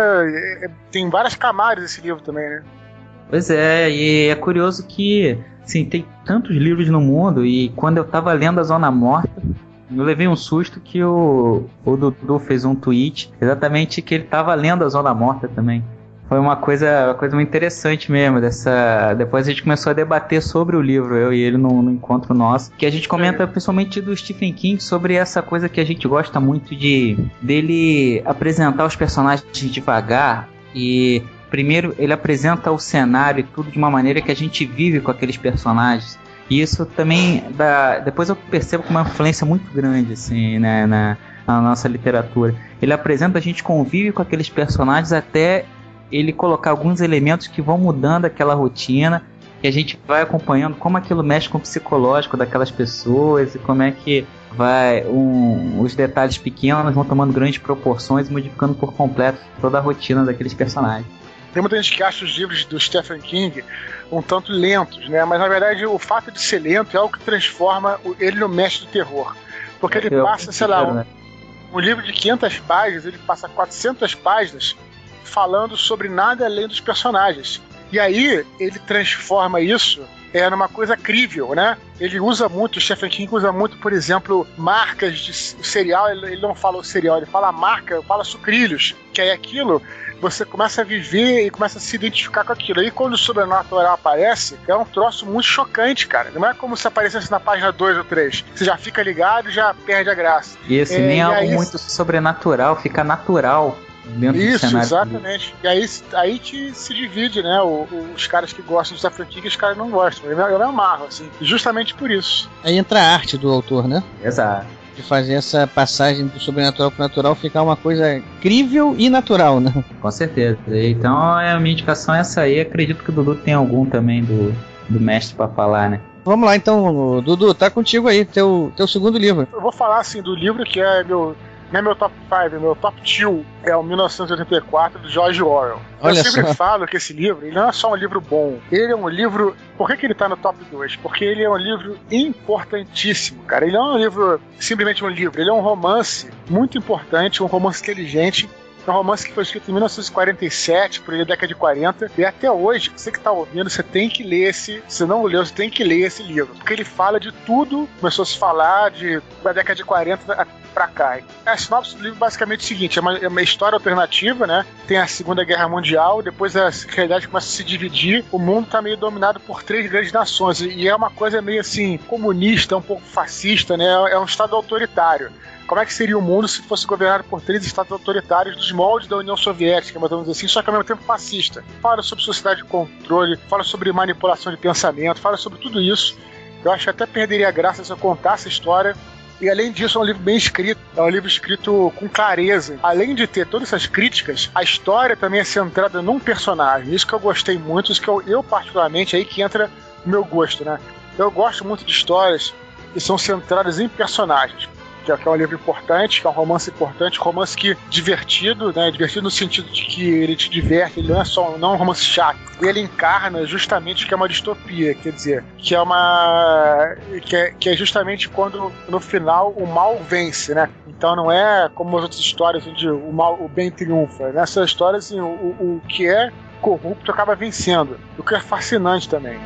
Tem várias camadas esse livro também, né? Pois é, e é curioso que, assim, tem tantos livros no mundo, e quando eu tava lendo A Zona Morta, eu levei um susto que o, o Dudu fez um tweet exatamente que ele tava lendo A Zona Morta também. Foi uma coisa, uma coisa muito interessante mesmo. Dessa... Depois a gente começou a debater sobre o livro, eu e ele no, no encontro nosso, que a gente comenta principalmente do Stephen King sobre essa coisa que a gente gosta muito de dele apresentar os personagens devagar. E primeiro ele apresenta o cenário e tudo de uma maneira que a gente vive com aqueles personagens. E isso também dá, depois eu percebo como uma influência muito grande assim, né, na, na nossa literatura. Ele apresenta, a gente convive com aqueles personagens até ele colocar alguns elementos que vão mudando aquela rotina, que a gente vai acompanhando como aquilo mexe com o psicológico daquelas pessoas e como é que vai um, os detalhes pequenos vão tomando grandes proporções e modificando por completo toda a rotina daqueles personagens. Tem muita gente que acha os livros do Stephen King um tanto lentos, né? Mas na verdade o fato de ser lento é algo que transforma ele no mestre do terror. Porque ele eu passa, sei lá, um, né? um livro de quinhentas páginas, ele passa quatrocentas páginas falando sobre nada além dos personagens. E aí ele transforma isso é, numa coisa crível, né? Ele usa muito, o Stephen King usa muito, por exemplo, marcas de cereal. Ele, ele não fala o cereal, ele fala a marca, fala sucrilhos, que aí aquilo você começa a viver e começa a se identificar com aquilo. Aí quando o sobrenatural aparece, é um troço muito chocante, cara. Não é como se aparecesse na página dois ou três. Você já fica ligado e já perde a graça. Isso, é, nem é algo aí, muito sobrenatural, fica natural dentro isso, do cenário. Exatamente. E aí, aí que se divide, né? O, os caras que gostam do Stephen King e os caras que não gostam. Eu, eu me amarro, assim. Justamente por isso. Aí entra a arte do autor, né? Exato. De fazer essa passagem do sobrenatural pro natural ficar uma coisa crível e natural, né? Com certeza. Então a minha indicação é essa aí. Acredito que o Dudu tem algum também do, do mestre pra falar, né? Vamos lá então, Dudu, tá contigo aí, teu, teu segundo livro. Eu vou falar assim do livro que é meu... Não é meu top cinco, meu top dois é o mil novecentos e oitenta e quatro, do George Orwell. Olha eu sempre só. falo que esse livro, ele não é só um livro bom, ele é um livro... Por que, que ele tá no top dois? Porque ele é um livro importantíssimo, cara. Ele não é um livro, simplesmente um livro, ele é um romance muito importante, um romance inteligente. É um romance que foi escrito em mil novecentos e quarenta e sete, por aí, década de quarenta, e até hoje, você que tá ouvindo, você tem que ler esse, se não leu, você tem que ler esse livro, porque ele fala de tudo, começou a se falar de, da década de quarenta pra cá. A sinopse do livro é basicamente o seguinte, é uma, é uma história alternativa, né? Tem a Segunda Guerra Mundial, depois a realidade começa a se dividir, o mundo tá meio dominado por três grandes nações, e é uma coisa meio assim, comunista, um pouco fascista, né? É um estado autoritário. Como é que seria o mundo se fosse governado por três estados autoritários dos moldes da União Soviética, mas vamos dizer assim, só que ao mesmo tempo fascista? Fala sobre sociedade de controle, fala sobre manipulação de pensamento, fala sobre tudo isso. Eu acho que até perderia a graça se eu contasse a história. E além disso, é um livro bem escrito, é um livro escrito com clareza. Além de ter todas essas críticas, a história também é centrada num personagem. Isso que eu gostei muito, isso que eu, eu particularmente, aí que entra o meu gosto, né? Eu gosto muito de histórias que são centradas em personagens. Que é um livro importante, que é um romance importante, um romance que divertido, né? Divertido no sentido de que ele te diverte, ele não é só não é um romance chato. Ele encarna justamente o que é uma distopia, quer dizer, que é uma que é, que é justamente quando no final o mal vence, né? Então não é como as outras histórias onde o mal, o bem triunfa. Nessa história, assim, o, o, o que é corrupto acaba vencendo, o que é fascinante também.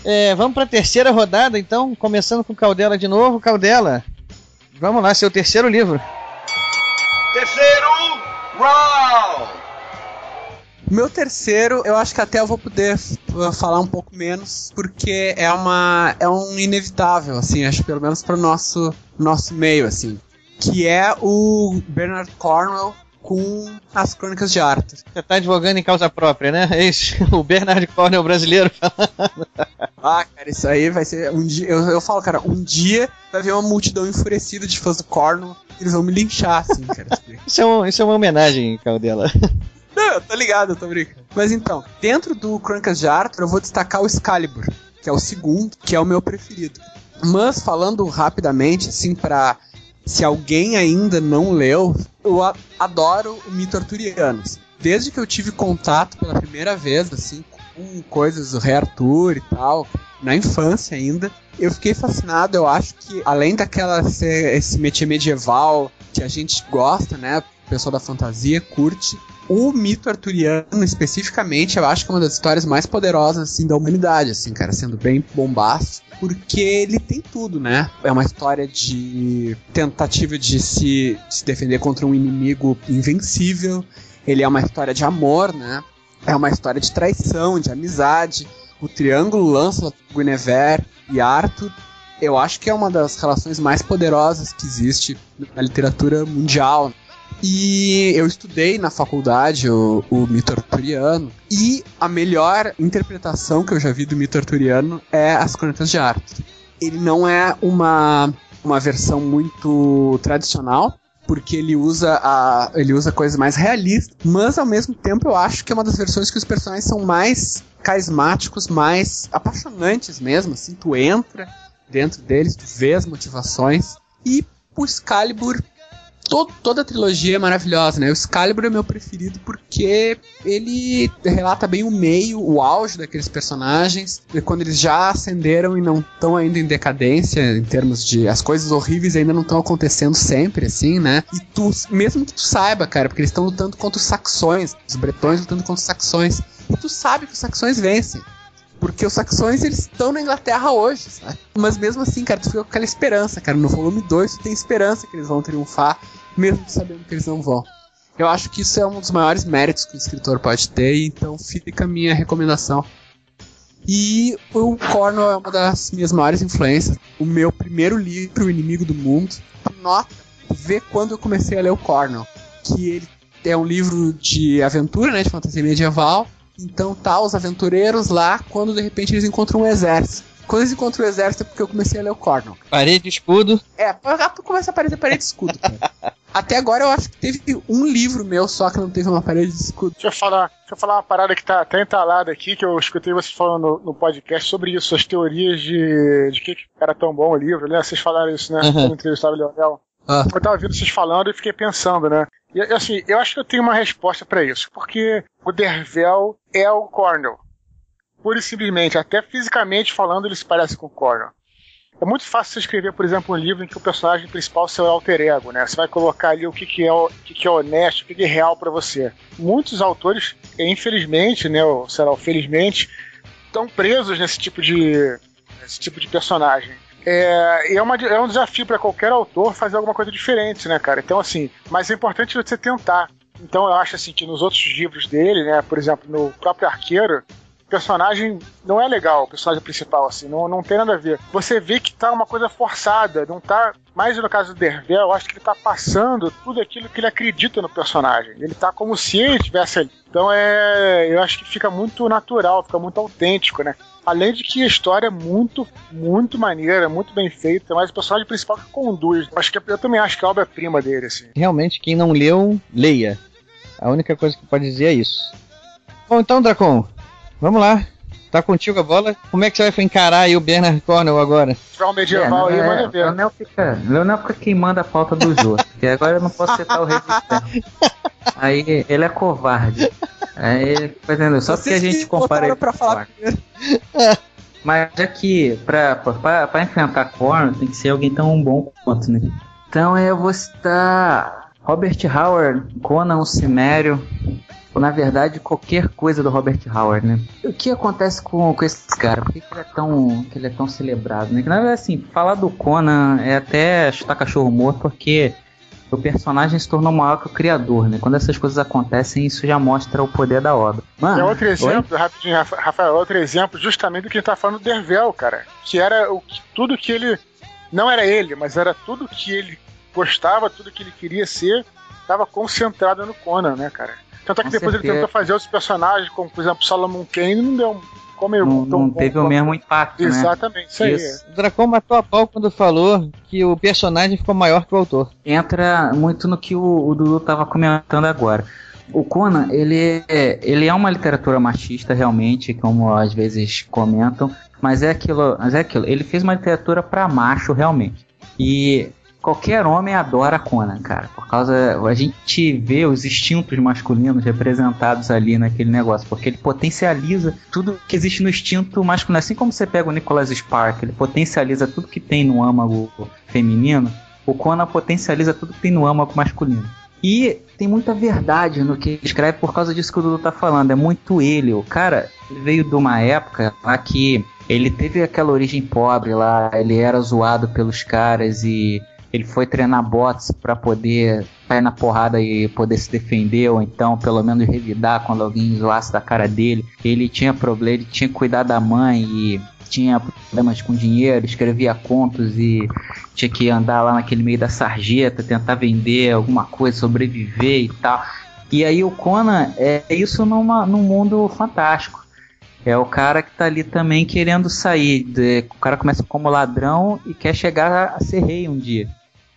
É, vamos para a terceira rodada, então, começando com Caldela de novo. Caldela, vamos lá, seu terceiro livro. Terceiro round! Meu terceiro, eu acho que até eu vou poder falar um pouco menos, porque é uma é um inevitável, assim, acho pelo menos para o nosso, nosso meio, assim, que é o Bernard Cornwell com As Crônicas de Arthur. Você tá advogando em causa própria, né? É isso, o Bernard Cornwell brasileiro falando. Ah, cara, isso aí vai ser um dia, eu, eu falo, cara, um dia vai haver uma multidão enfurecida de fãs do Cornwell, eles vão me linchar, assim, cara. Isso é, um, isso é uma homenagem, Caldela. Não, eu tô ligado, eu tô brincando. Mas então, dentro do Crônicas de Arthur, eu vou destacar o Excalibur, que é o segundo, que é o meu preferido. Mas, falando rapidamente, assim, pra... se alguém ainda não leu, eu a- adoro o mito arturiano. Desde que eu tive contato pela primeira vez, assim, com coisas do Rei Arthur e tal, na infância ainda, eu fiquei fascinado. Eu acho que, além daquela ser esse métier medieval que a gente gosta, né, o pessoal da fantasia curte, o mito arturiano, especificamente, eu acho que é uma das histórias mais poderosas, assim, da humanidade, assim, cara, sendo bem bombástico, porque ele tem tudo, né? É uma história de tentativa de se, de se defender contra um inimigo invencível, ele é uma história de amor, né? É uma história de traição, de amizade, o triângulo Lancelot, Guinevere e Arthur, eu acho que é uma das relações mais poderosas que existe na literatura mundial. E eu estudei na faculdade o, o mito arturiano, e a melhor interpretação que eu já vi do mito arturiano é As Crônicas de Arthur. Ele não é uma, uma versão muito tradicional, porque ele usa, a, ele usa coisas mais realistas, mas ao mesmo tempo eu acho que é uma das versões que os personagens são mais carismáticos, mais apaixonantes mesmo, assim, tu entra dentro deles, tu vê as motivações. E o Excalibur, todo, toda a trilogia é maravilhosa, né? O Excalibur é meu preferido porque ele relata bem o meio, o auge daqueles personagens, quando eles já ascenderam e não estão ainda em decadência, em termos de... as coisas horríveis ainda não estão acontecendo sempre, assim, né? E tu, mesmo que tu saiba, cara, porque eles estão lutando contra os saxões, os bretões lutando contra os saxões, e tu sabe que os saxões vencem. Porque os saxões, eles estão na Inglaterra hoje, sabe? Mas mesmo assim, cara, tu fica com aquela esperança, cara. No volume dois, tu tem esperança que eles vão triunfar, mesmo sabendo que eles não vão. Eu acho que isso é um dos maiores méritos que o escritor pode ter, então fica a minha recomendação. E o Cornwell é uma das minhas maiores influências. O meu primeiro livro, O Inimigo do Mundo, nota, vê quando eu comecei a ler o Cornwell. Que ele é um livro de aventura, né, de fantasia medieval. Então tá, os aventureiros lá, quando de repente eles encontram um exército. Quando eles encontram o exército é porque eu comecei a ler o Cornwell. Parede de escudo. É, começa a aparecer parede de escudo, cara. Até agora eu acho que teve um livro meu só que não teve uma parede de escudo. Deixa eu falar, deixa eu falar uma parada que tá até entalada aqui, que eu escutei vocês falando no, no podcast sobre isso, as teorias de, de que era tão bom o livro, né? Vocês falaram isso, né? Uhum. Quando entrevistaram o Leonel. Ah. Eu tava ouvindo vocês falando e fiquei pensando, né? E assim, eu acho que eu tenho uma resposta pra isso, porque o Dervel é o Cornwell. Pura e simplesmente, até fisicamente falando, ele se parece com o Cornwell. É muito fácil você escrever, por exemplo, um livro em que o personagem principal é o seu alter ego, né? Você vai colocar ali o que, que, é, o que, que é honesto, o que, que é real pra você. Muitos autores, infelizmente, né, ou sei lá, felizmente, estão presos nesse tipo de, nesse tipo de personagem. É, é, uma, é um desafio para qualquer autor fazer alguma coisa diferente, né, cara? Então, assim, mas é importante você tentar. Então, eu acho, assim, que nos outros livros dele, né, por exemplo, no próprio Arqueiro, o personagem não é legal, o personagem principal, assim, não, não tem nada a ver. Você vê que tá uma coisa forçada, não tá... Mas no caso do Dervel, eu acho que ele tá passando tudo aquilo que ele acredita no personagem. Ele tá como se ele estivesse ali. Então, é, eu acho que fica muito natural, fica muito autêntico, né? Além de que a história é muito, muito maneira, muito bem feita, mas o personagem principal que conduz. Eu, acho que, eu também acho que é a obra-prima dele, assim. Realmente, quem não leu, leia. A única coisa que pode dizer é isso. Bom, então, Dracon, vamos lá. Tá contigo a bola. Como é que você vai encarar aí o Bernard Cornwell agora? Se tiver um medieval é, aí, manda ver. Leonel fica, Leonel fica queimando a pauta dos outros, porque agora eu não posso citar o Rei dos Terras. Aí ele é covarde. Aí, fazendo só porque a gente compara ele pra falar primeiro. Mas aqui, pra, pra, pra enfrentar Cornwell, tem que ser alguém tão bom quanto, né? Então eu vou citar Robert Howard, Conan o Cimério. na verdade, qualquer coisa do Robert Howard, né? O que acontece com, com esse cara? Por que, que, ele é tão, que ele é tão celebrado, né? Que, na verdade, assim, falar do Conan é até chutar cachorro morto, porque o personagem se tornou maior que o criador, né? Quando essas coisas acontecem, isso já mostra o poder da obra. Mano, é outro exemplo, oi? rapidinho, Rafael, outro exemplo justamente do que a gente tá falando do Dervel, cara. Que era o, tudo que ele... Não era ele, mas era tudo que ele gostava, tudo que ele queria ser, estava concentrado no Conan, né, cara? Tanto é que Com depois certeza. ele tentou fazer outros personagens, como por exemplo Solomon Kane, não deu como eu, Não, tão não bom teve quanto- o mesmo impacto, né? Exatamente, isso aí. Isso. O Dracon matou a pau quando falou que o personagem ficou maior que o autor. Entra muito no que o, o Dudu tava comentando agora. O Conan, ele é, ele é uma literatura machista, realmente, como às vezes comentam, mas é aquilo, mas é aquilo. Ele fez uma literatura pra macho, realmente. E qualquer homem adora Conan, cara, por causa... A gente vê os instintos masculinos representados ali naquele negócio, porque ele potencializa tudo que existe no instinto masculino. Assim como você pega o Nicholas Spark, ele potencializa tudo que tem no âmago feminino, o Conan potencializa tudo que tem no âmago masculino. E tem muita verdade no que ele escreve por causa disso que o Dudu tá falando. É muito ele. O cara, ele veio de uma época lá que ele teve aquela origem pobre lá, ele era zoado pelos caras e ele foi treinar bots pra poder cair na porrada e poder se defender, ou então pelo menos revidar quando alguém zoasse da cara dele. Ele tinha problema, ele tinha que cuidar da mãe e tinha problemas com dinheiro, escrevia contos e tinha que andar lá naquele meio da sarjeta, tentar vender alguma coisa, sobreviver e tal. E aí o Conan é isso numa, num mundo fantástico. É o cara que tá ali também querendo sair. De, o cara começa como ladrão e quer chegar a ser rei um dia.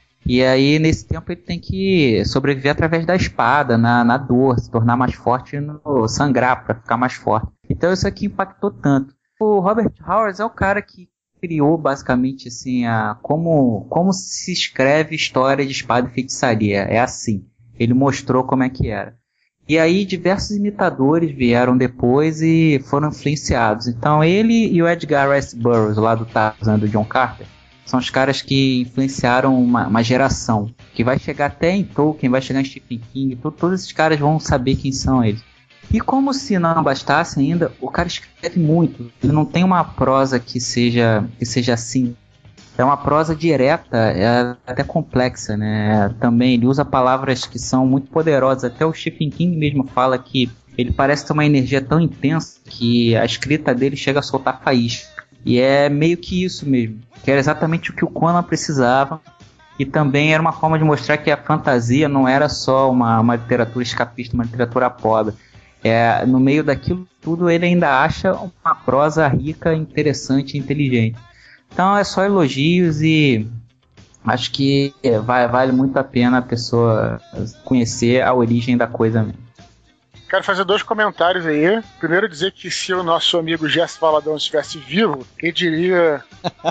E aí, nesse tempo, ele tem que sobreviver através da espada, na, na dor, se tornar mais forte, no sangrar para ficar mais forte. Então isso aqui impactou tanto. O Robert Howard é o cara que criou, basicamente, assim, a, como, como se escreve história de espada e feitiçaria. É assim. Ele mostrou como é que era. E aí diversos imitadores vieram depois e foram influenciados. Então ele e o Edgar Rice Burroughs, lá do Tarzan, do John Carter, são os caras que influenciaram uma, uma geração. Que vai chegar até em Tolkien, vai chegar em Stephen King, to, todos esses caras vão saber quem são eles. E como se não bastasse ainda, o cara escreve muito. Ele não tem uma prosa que seja, que seja assim. É uma prosa direta, é até complexa, né? Também ele usa palavras que são muito poderosas. Até o Stephen King mesmo fala que ele parece ter uma energia tão intensa que a escrita dele chega a soltar faísca. E é meio que isso mesmo. Que era exatamente o que o Conan precisava. E também era uma forma de mostrar que a fantasia não era só uma, uma literatura escapista, uma literatura pobre. É, no meio daquilo tudo ele ainda acha uma prosa rica, interessante e inteligente. Então é só elogios e acho que vai, vale muito a pena a pessoa conhecer a origem da coisa mesmo. Quero fazer dois comentários aí. Primeiro, dizer que se o nosso amigo Gerson Valadão estivesse vivo, ele diria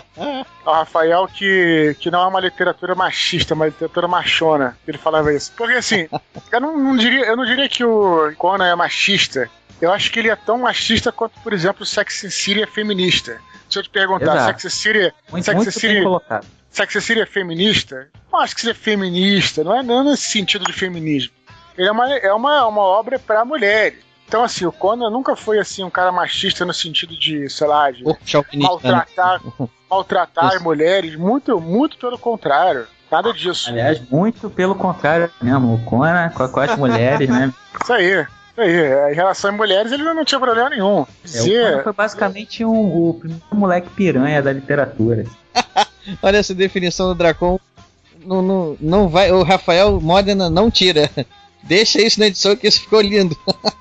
ao Rafael que, que não é uma literatura machista, é uma literatura machona. Ele falava isso. Porque assim, eu não, não diria, eu não diria que o Conan é machista. Eu acho que ele é tão machista quanto, por exemplo, o Sex and City é feminista. Se eu te perguntar, Exato. Sex and City, Muito, Sex muito and City, bem colocado. Sex and City é feminista? Eu acho que seria feminista, não é, não é nesse sentido de feminismo. Ele é uma, é uma, uma obra para mulheres. Então, assim, o Conan nunca foi assim um cara machista no sentido de, sei lá, de maltratar, maltratar as mulheres. Muito, muito pelo contrário. Nada disso. Aliás, muito pelo contrário mesmo. O Conan com, com as mulheres, né? Isso aí. Isso aí. Em relação às mulheres, ele não tinha problema nenhum. Dizer... É, o Conan foi basicamente um, o primeiro moleque piranha da literatura. Olha essa definição do Dracon. Não, não, não vai, o Rafael Modena não tira. Deixa isso na edição que isso ficou lindo.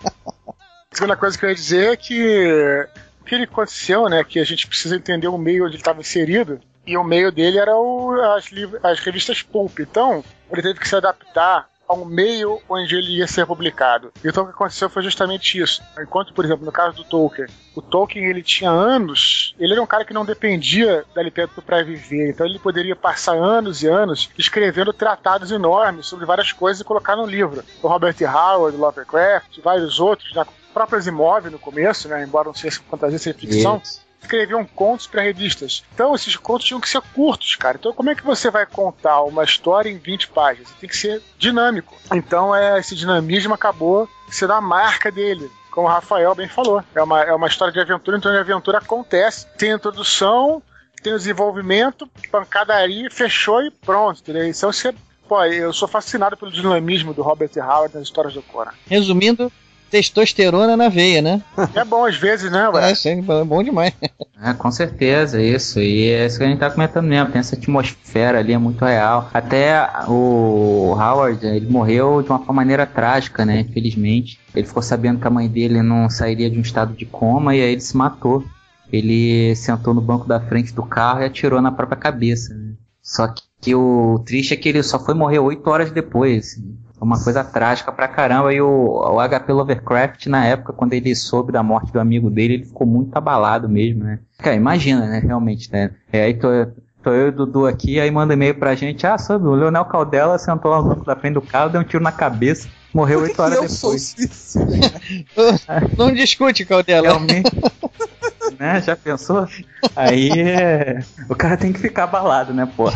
A segunda coisa que eu ia dizer é que o que aconteceu, né, que a gente precisa entender o meio onde ele estava inserido, e o meio dele era o, as, as revistas pulp. Então, ele teve que se adaptar ao meio onde ele ia ser publicado. Então o que aconteceu foi justamente isso. Enquanto, por exemplo, no caso do Tolkien, o Tolkien ele tinha anos, ele era um cara que não dependia da literatura para viver, então ele poderia passar anos e anos escrevendo tratados enormes sobre várias coisas e colocar no livro. O Robert Howard, Lovecraft, vários outros, na própria Asimov no começo, né, embora não seja fantasia, seja ficção, Isso. escreviam contos para revistas. Então esses contos tinham que ser curtos, cara. Então como é que você vai contar uma história em vinte páginas? Tem que ser dinâmico. Então é, esse dinamismo acabou sendo a marca dele. Como o Rafael bem falou. É uma, é uma história de aventura, então a aventura acontece. Tem a introdução, tem o desenvolvimento, pancadaria, fechou e pronto. Entendeu? Então você... Pô, eu sou fascinado pelo dinamismo do Robert E. Howard nas histórias do Conan. Resumindo, testosterona na veia, né? É bom às vezes, né, ué? É, sim, é bom demais. É, com certeza, isso. E é isso que a gente tá comentando mesmo. Tem essa atmosfera ali, é muito real. Até o Howard, ele morreu de uma maneira trágica, né? Infelizmente. Ele ficou sabendo que a mãe dele não sairia de um estado de coma e aí ele se matou. Ele sentou no banco da frente do carro e atirou na própria cabeça, né? Só que, que o triste é que ele só foi morrer oito horas depois. Assim. Foi uma coisa trágica pra caramba. E o, o H P Lovecraft, na época, quando ele soube da morte do amigo dele, ele ficou muito abalado mesmo, né? Cara, imagina, né? Realmente, né? É, aí tô, tô eu e o Dudu aqui, aí manda e-mail pra gente. Ah, soube, o Leonel Caldela sentou lá no banco da frente do carro, deu um tiro na cabeça, morreu oito horas depois. Não discute, Caldela. Realmente. Né? Já pensou? Aí é... o cara tem que ficar abalado, né, pô?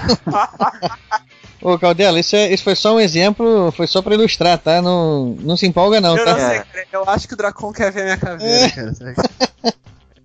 Ô, Caldela, isso, é, isso foi só um exemplo, foi só pra ilustrar, tá? Não, não se empolga não, eu tá? Não sei, cara, eu acho que o Dracon quer ver minha caveira, é. cara.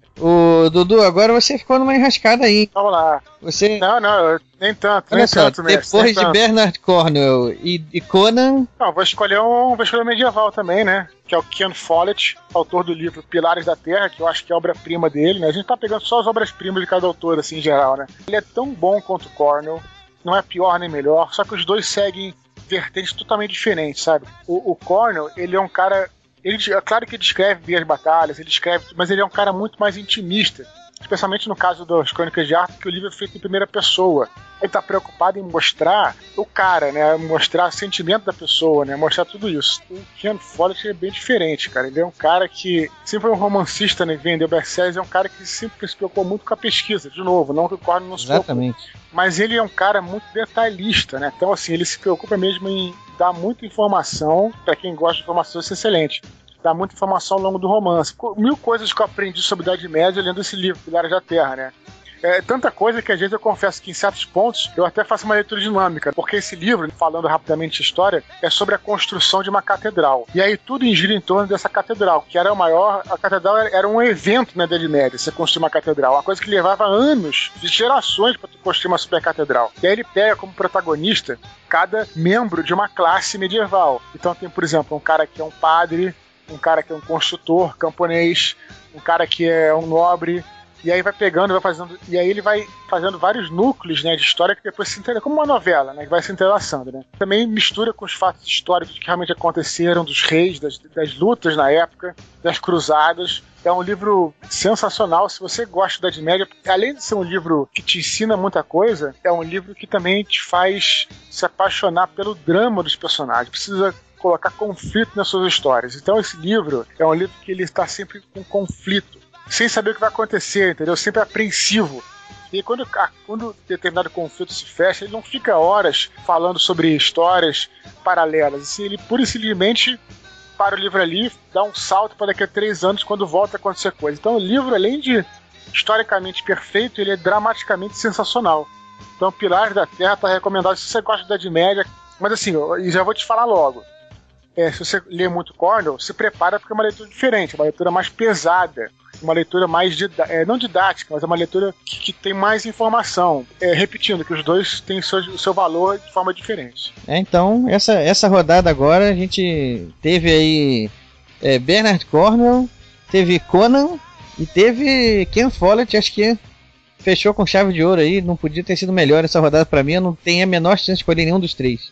Ô, Dudu, agora você ficou numa enrascada aí. Vamos lá. Você... Não, não, nem tanto, Olha nem só, tanto, mestre, depois nem de tanto. Bernard Cornwell e, e Conan... Não, vou escolher um, vou escolher um medieval também, né? Que é o Ken Follett, autor do livro Pilares da Terra, que eu acho que é a obra-prima dele, né? A gente tá pegando só as obras-primas de cada autor, assim, em geral, né? Ele é tão bom quanto o Cornwell, não é pior nem melhor, só que os dois seguem vertentes totalmente diferentes, sabe? O, o Cornwell, ele é um cara... Ele, é claro que ele descreve bem as batalhas, ele escreve, mas ele é um cara muito mais intimista. Especialmente no caso das Crônicas de Arthur, que o livro é feito em primeira pessoa. Ele tá preocupado em mostrar o cara, né? Mostrar o sentimento da pessoa, né? Mostrar tudo isso. O Ken Follett é bem diferente, cara. Ele é um cara que sempre foi um romancista, né? Vendeu best-sellers, é um cara que sempre se preocupou muito com a pesquisa. De novo, não que o Cornwell não se preocupa. Exatamente. Mas ele é um cara muito detalhista, né? Então, assim, ele se preocupa mesmo em dar muita informação. Pra quem gosta de informação, isso é excelente. Dá muita informação ao longo do romance. Mil coisas que eu aprendi sobre a Idade Média lendo esse livro, Pilares da Terra, né? É tanta coisa que às vezes eu confesso que em certos pontos eu até faço uma leitura dinâmica, porque esse livro, falando rapidamente a história, é sobre a construção de uma catedral. E aí tudo gira em torno dessa catedral, que era o maior... A catedral era um evento na Idade Média, você construir uma catedral. Uma coisa que levava anos, de gerações, para construir uma super catedral. E aí ele pega como protagonista cada membro de uma classe medieval. Então tem, por exemplo, um cara que é um padre, um cara que é um construtor camponês, um cara que é um nobre, e aí vai pegando, vai fazendo, e aí ele vai fazendo vários núcleos, né, de história que depois se interessa, como uma novela, né, que vai se entrelaçando, né. Também mistura com os fatos históricos que realmente aconteceram, dos reis, das, das lutas na época, das cruzadas. É um livro sensacional. Se você gosta da Idade Média, além de ser um livro que te ensina muita coisa, é um livro que também te faz se apaixonar pelo drama dos personagens. Precisa colocar conflito nas suas histórias. Então esse livro é um livro que ele está sempre com conflito, sem saber o que vai acontecer, entendeu? Sempre apreensivo. E quando, quando determinado conflito se fecha, ele não fica horas falando sobre histórias paralelas. Assim, ele pura e simplesmente para o livro ali, dá um salto para daqui a três anos, quando volta a acontecer coisa. Então o livro, além de historicamente perfeito, ele é dramaticamente sensacional. Então Pilares da Terra está recomendado se você gosta da Idade Média. Mas assim, eu já vou te falar logo. É, se você lê muito Cornwell, se prepara porque é uma leitura diferente, uma leitura mais pesada, uma leitura mais, dida- é, não didática, mas é uma leitura que, que tem mais informação. É, repetindo, que os dois têm o seu, o seu valor de forma diferente. É, então, essa, essa rodada agora a gente teve aí é, Bernard Cornwell, teve Conan e teve Ken Follett, acho que fechou com chave de ouro aí, não podia ter sido melhor essa rodada pra mim, eu não tenho a menor chance de escolher nenhum dos três.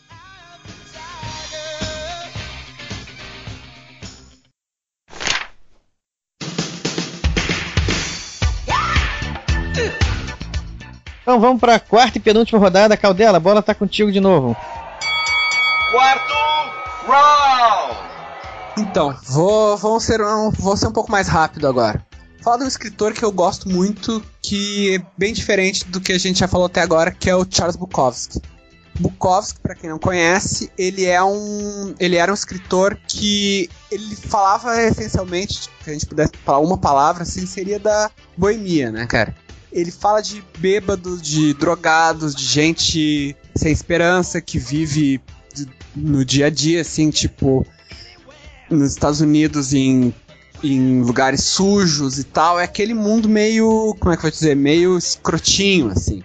Então vamos para a quarta e penúltima rodada. Caldela, a bola tá contigo de novo. Quarto round! Então, vou, vou, ser um, vou ser um pouco mais rápido agora. Fala de um escritor que eu gosto muito, que é bem diferente do que a gente já falou até agora, que é o Charles Bukowski. Bukowski, pra quem não conhece, ele é um ele era um escritor que ele falava essencialmente, se a gente pudesse falar uma palavra assim, seria da boemia, né, cara? Ele fala de bêbados, de drogados, de gente sem esperança, que vive no dia a dia, assim, tipo, nos Estados Unidos, em, em lugares sujos e tal. É aquele mundo meio, como é que eu vou dizer, meio escrotinho, assim.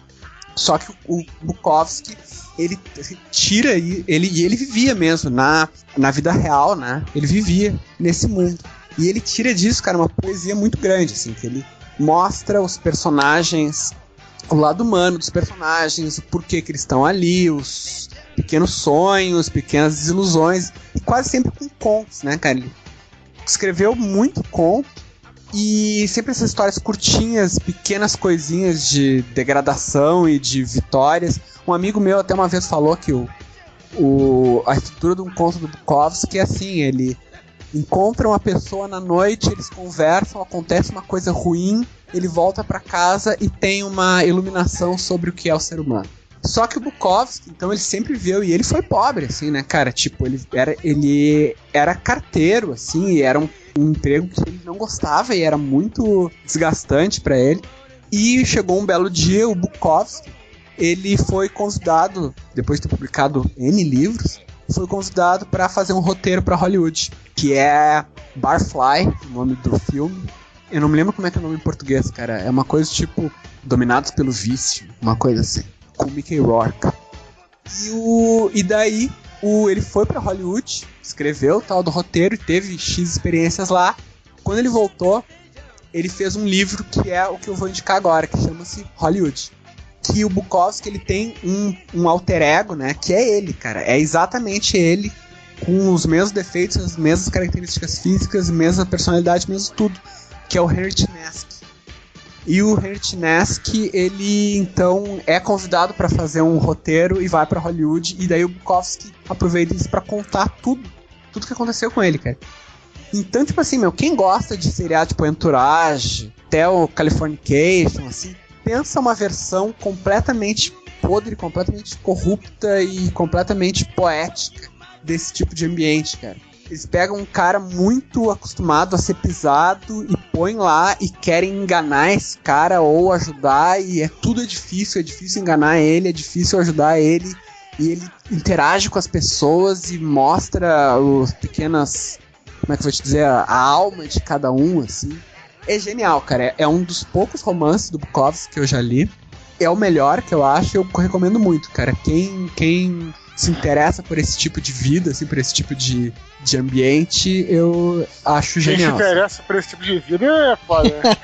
Só que o Bukowski, ele tira, ele, e ele vivia mesmo na, na vida real, né? Ele vivia nesse mundo. E ele tira disso, cara, uma poesia muito grande, assim, que ele mostra os personagens, o lado humano dos personagens, o porquê que eles estão ali, os pequenos sonhos, pequenas desilusões, e quase sempre com contos, né, cara? Ele escreveu muito conto, e sempre essas histórias curtinhas, pequenas coisinhas de degradação e de vitórias. Um amigo meu até uma vez falou que o, o, a estrutura de um conto do Bukowski é assim, ele encontra uma pessoa na noite, eles conversam, acontece uma coisa ruim, ele volta pra casa e tem uma iluminação sobre o que é o ser humano. Só que o Bukowski, então, ele sempre viu, e ele foi pobre, assim, né, cara? Tipo, ele era, ele era carteiro, assim, e era um, um emprego que ele não gostava e era muito desgastante pra ele. E chegou um belo dia, o Bukowski, ele foi convidado, depois de ter publicado N livros, foi convidado para fazer um roteiro para Hollywood, que é Barfly, o nome do filme. Eu não me lembro como é que é o nome em português, cara. É uma coisa tipo Dominados pelo Vício, uma coisa assim, com Mickey Rourke. E, o, e daí o, ele foi para Hollywood, escreveu o tal do roteiro e teve X experiências lá. Quando ele voltou, ele fez um livro que é o que eu vou indicar agora, que chama-se Hollywood. Que o Bukowski, ele tem um, um alter ego, né, que é ele, cara. É exatamente ele, com os mesmos defeitos, as mesmas características físicas, mesma personalidade, mesmo tudo, que é o Henry Chinaski. E o Henry Chinaski, ele, então, é convidado para fazer um roteiro e vai para Hollywood, e daí o Bukowski aproveita isso para contar tudo, tudo que aconteceu com ele, cara. Então, tipo assim, meu, quem gosta de seriado tipo Entourage, até o Californication, assim, pensa uma versão completamente podre, completamente corrupta e completamente poética desse tipo de ambiente, cara. Eles pegam um cara muito acostumado a ser pisado e põem lá e querem enganar esse cara ou ajudar, e é tudo é difícil, é difícil enganar ele, é difícil ajudar ele, e ele interage com as pessoas e mostra os pequenas, como é que eu vou te dizer, a, a alma de cada um, assim. É genial, cara. É um dos poucos romances do Bukowski que eu já li. É o melhor que eu acho, eu recomendo muito, cara. Quem, quem se interessa por esse tipo de vida, assim, por esse tipo de, de ambiente, eu acho genial. Quem se interessa por esse tipo de vida é foda, né?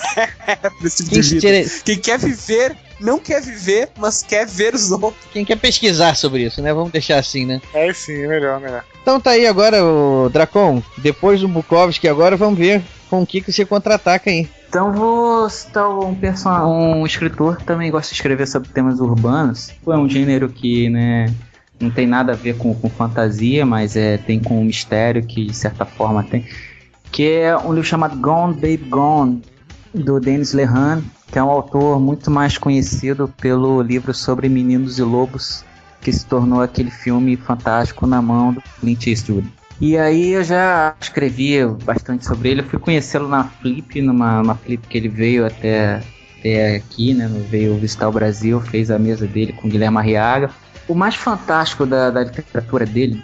É, por esse tipo Quem de vida. Inter... Quem quer viver, não quer viver, mas quer ver os outros. Quem quer pesquisar sobre isso, né? Vamos deixar assim, né? É sim, melhor, melhor. Então tá aí agora, o Dracon. Depois do Bukowski, agora vamos ver com o que que você contra-ataca aí. Então vou citar um, person... um escritor que também gosta de escrever sobre temas urbanos. É um gênero que, né, não tem nada a ver com, com fantasia, mas é, tem com um mistério que de certa forma tem. Que é um livro chamado Gone, Baby Gone, do Denis Lehane, que é um autor muito mais conhecido pelo livro sobre Meninos e Lobos, que se tornou aquele filme fantástico na mão do Clint Eastwood. E aí eu já escrevi bastante sobre ele, eu fui conhecê-lo na Flip, numa, numa Flip que ele veio até, até aqui, né, veio visitar o Brasil, fez a mesa dele com Guilherme Arriaga. O mais fantástico da, da literatura dele,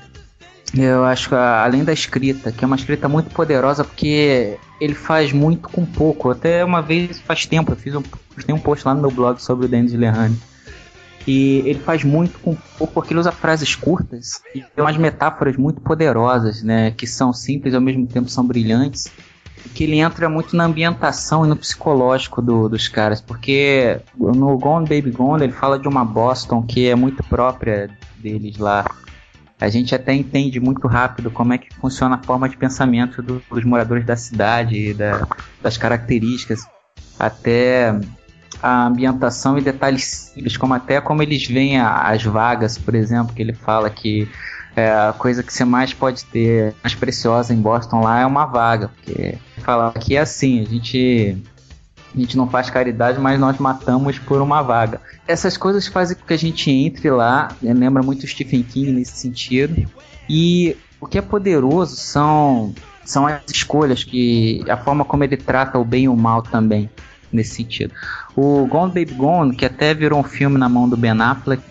eu acho que além da escrita, que é uma escrita muito poderosa, porque ele faz muito com pouco. Até uma vez, faz tempo, eu fiz um, fiz um post lá no meu blog sobre o Denis Lehane. E ele faz muito com pouco, porque ele usa frases curtas e tem umas metáforas muito poderosas, né, que são simples e ao mesmo tempo são brilhantes, e que ele entra muito na ambientação e no psicológico do, dos caras, porque no Gone Baby Gone ele fala de uma Boston que é muito própria deles lá. A gente até entende muito rápido como é que funciona a forma de pensamento do, dos moradores da cidade e da, das características, até a ambientação e detalhes simples, como até como eles veem a, as vagas, por exemplo, que ele fala que é, a coisa que você mais pode ter, mais preciosa em Boston lá é uma vaga, porque fala que é assim, a gente A gente não faz caridade, mas nós matamos por uma vaga. Essas coisas fazem com que a gente entre lá, lembra muito Stephen King nesse sentido. E o que é poderoso são, são as escolhas, que a forma como ele trata o bem e o mal também, nesse sentido. O Gone Baby Gone, que até virou um filme na mão do Ben Affleck,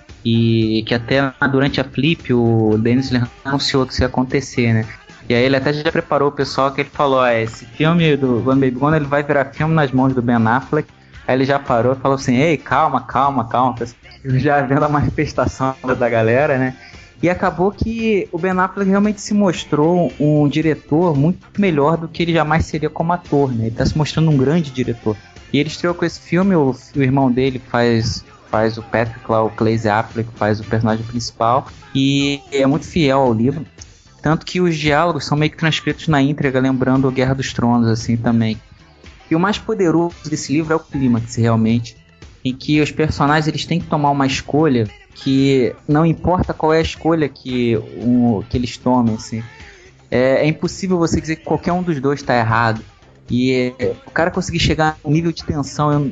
e que até durante a Flip o Denis Villeneuve anunciou que isso ia acontecer, né? E aí ele até já preparou o pessoal, que ele falou, ah, esse filme do Gone Baby Gone, ele vai virar filme nas mãos do Ben Affleck. Aí ele já parou e falou assim, ei, calma, calma, calma, já vendo a manifestação da galera, né? E acabou que o Ben Affleck realmente se mostrou um diretor muito melhor do que ele jamais seria como ator, né? Ele tá se mostrando um grande diretor. E ele estreou com esse filme, o, o irmão dele faz... faz o Patrick lá, o Casey Affleck, faz o personagem principal, e é muito fiel ao livro. Tanto que os diálogos são meio que transcritos na íntegra, lembrando Guerra dos Tronos, assim, também. E o mais poderoso desse livro é o clímax, realmente, em que os personagens eles têm que tomar uma escolha que não importa qual é a escolha que, um, que eles tomem, assim. É, é impossível você dizer que qualquer um dos dois está errado. E é, o cara conseguir chegar no nível de tensão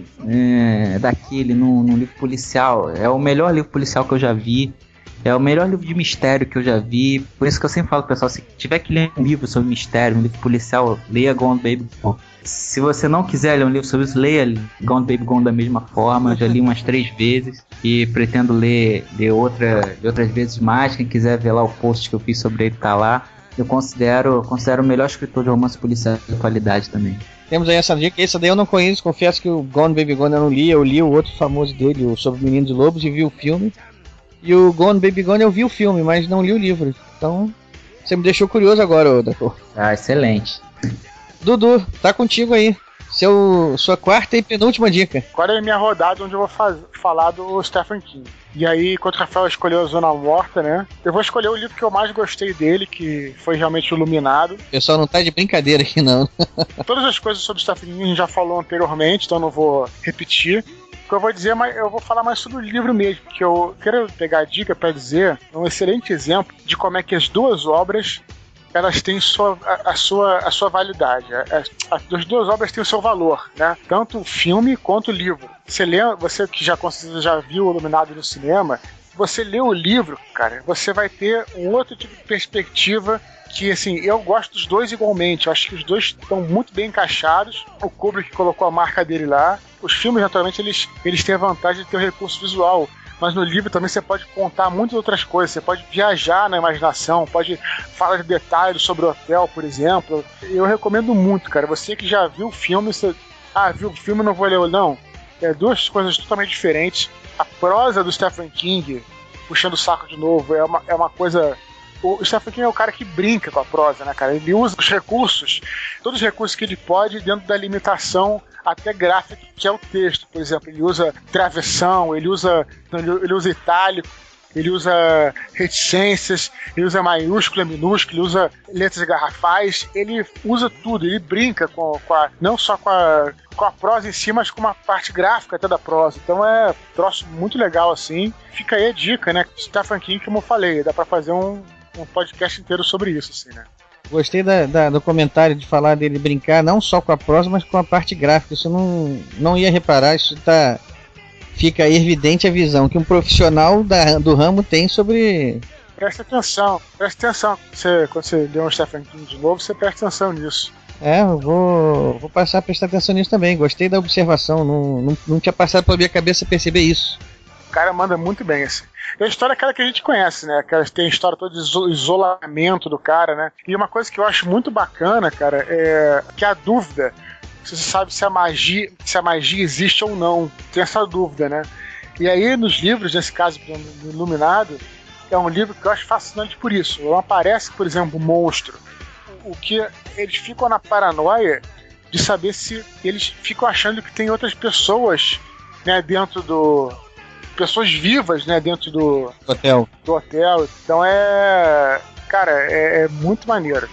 é, daquele num, num livro policial, é o melhor livro policial que eu já vi. É o melhor livro de mistério que eu já vi. Por isso que eu sempre falo pro pessoal, se tiver que ler um livro sobre mistério, um livro policial, leia Gone Baby Gone. Se você não quiser ler um livro sobre isso, leia Gone Baby Gone da mesma forma. Eu já li umas três vezes e pretendo ler, ler, outra, ler outras vezes mais. Quem quiser ver lá o post que eu fiz sobre ele, tá lá. Eu considero, considero o melhor escritor de romance policial de qualidade também. Temos aí essa dica, essa daí eu não conheço, confesso que o Gone Baby Gone eu não li, eu li o outro famoso dele, o Sobre Meninos e Lobos, e vi o filme. E o Gone Baby Gone eu vi o filme, mas não li o livro. Então, você me deixou curioso agora, Draco. Ah, excelente. Dudu, tá contigo aí. Seu, sua quarta e penúltima dica. Agora é a minha rodada onde eu vou faz, falar do Stephen King. E aí, enquanto o Rafael escolheu a Zona Morta, né? Eu vou escolher o livro que eu mais gostei dele, que foi realmente o Iluminado. O pessoal não tá de brincadeira aqui, não. Todas as coisas sobre Stephen King a gente já falou anteriormente, então não vou repetir. O que eu vou dizer, mas eu vou falar mais sobre o livro mesmo, que eu quero pegar a dica para dizer um excelente exemplo de como é que as duas obras elas têm sua, a, a, sua, a sua validade. A, a, as duas obras têm o seu valor, né? Tanto o filme quanto o livro. Você, lê, você que já, já viu o Iluminado no cinema, você lê o livro, cara, você vai ter um outro tipo de perspectiva que, assim, eu gosto dos dois igualmente. Eu acho que os dois estão muito bem encaixados. O Kubrick colocou a marca dele lá. Os filmes, naturalmente, eles, eles têm a vantagem de ter o recurso visual. Mas no livro também você pode contar muitas outras coisas. Você pode viajar na imaginação, pode falar de detalhes sobre o hotel, por exemplo. Eu recomendo muito, cara. Você que já viu o filme, você... Ah, viu o filme, não vou ler. Não. É duas coisas totalmente diferentes. A prosa do Stephen King, puxando o saco de novo, é uma, é uma coisa... O Stephen King é o cara que brinca com a prosa, né, cara? Ele usa os recursos, todos os recursos que ele pode dentro da limitação até gráfica que é o texto. Por exemplo, ele usa travessão, ele usa, ele usa itálico, ele usa reticências, ele usa maiúscula, minúscula, ele usa letras garrafais, ele usa tudo, ele brinca com, com a, não só com a, com a prosa em si, mas com uma parte gráfica até da prosa. Então é um troço muito legal assim. Fica aí a dica, né? Stephen King, como eu falei, dá pra fazer um um podcast inteiro sobre isso, assim, né? Gostei da, da, do comentário de falar dele brincar não só com a prosa, mas com a parte gráfica. Isso eu não, não ia reparar, isso tá... Fica evidente a visão que um profissional da, do ramo tem sobre... Presta atenção, presta atenção. Você, quando você lê um Stephen King de novo, você presta atenção nisso. É, eu vou, vou passar a prestar atenção nisso também. Gostei da observação, não, não, não tinha passado pela minha cabeça perceber isso. O cara manda muito bem, assim. E a história é aquela que a gente conhece, né? Que tem a história toda de isolamento do cara, né? E uma coisa que eu acho muito bacana, cara, é que a dúvida, se você sabe se a magia, se a magia existe ou não. Tem essa dúvida, né? E aí, nos livros, nesse caso do Iluminado, é um livro que eu acho fascinante por isso. Não aparece, por exemplo, um monstro. O que eles ficam na paranoia de saber se eles ficam achando que tem outras pessoas, né, dentro do... pessoas vivas, né, dentro do hotel. do hotel. Então é... Cara, é, é muito maneiro.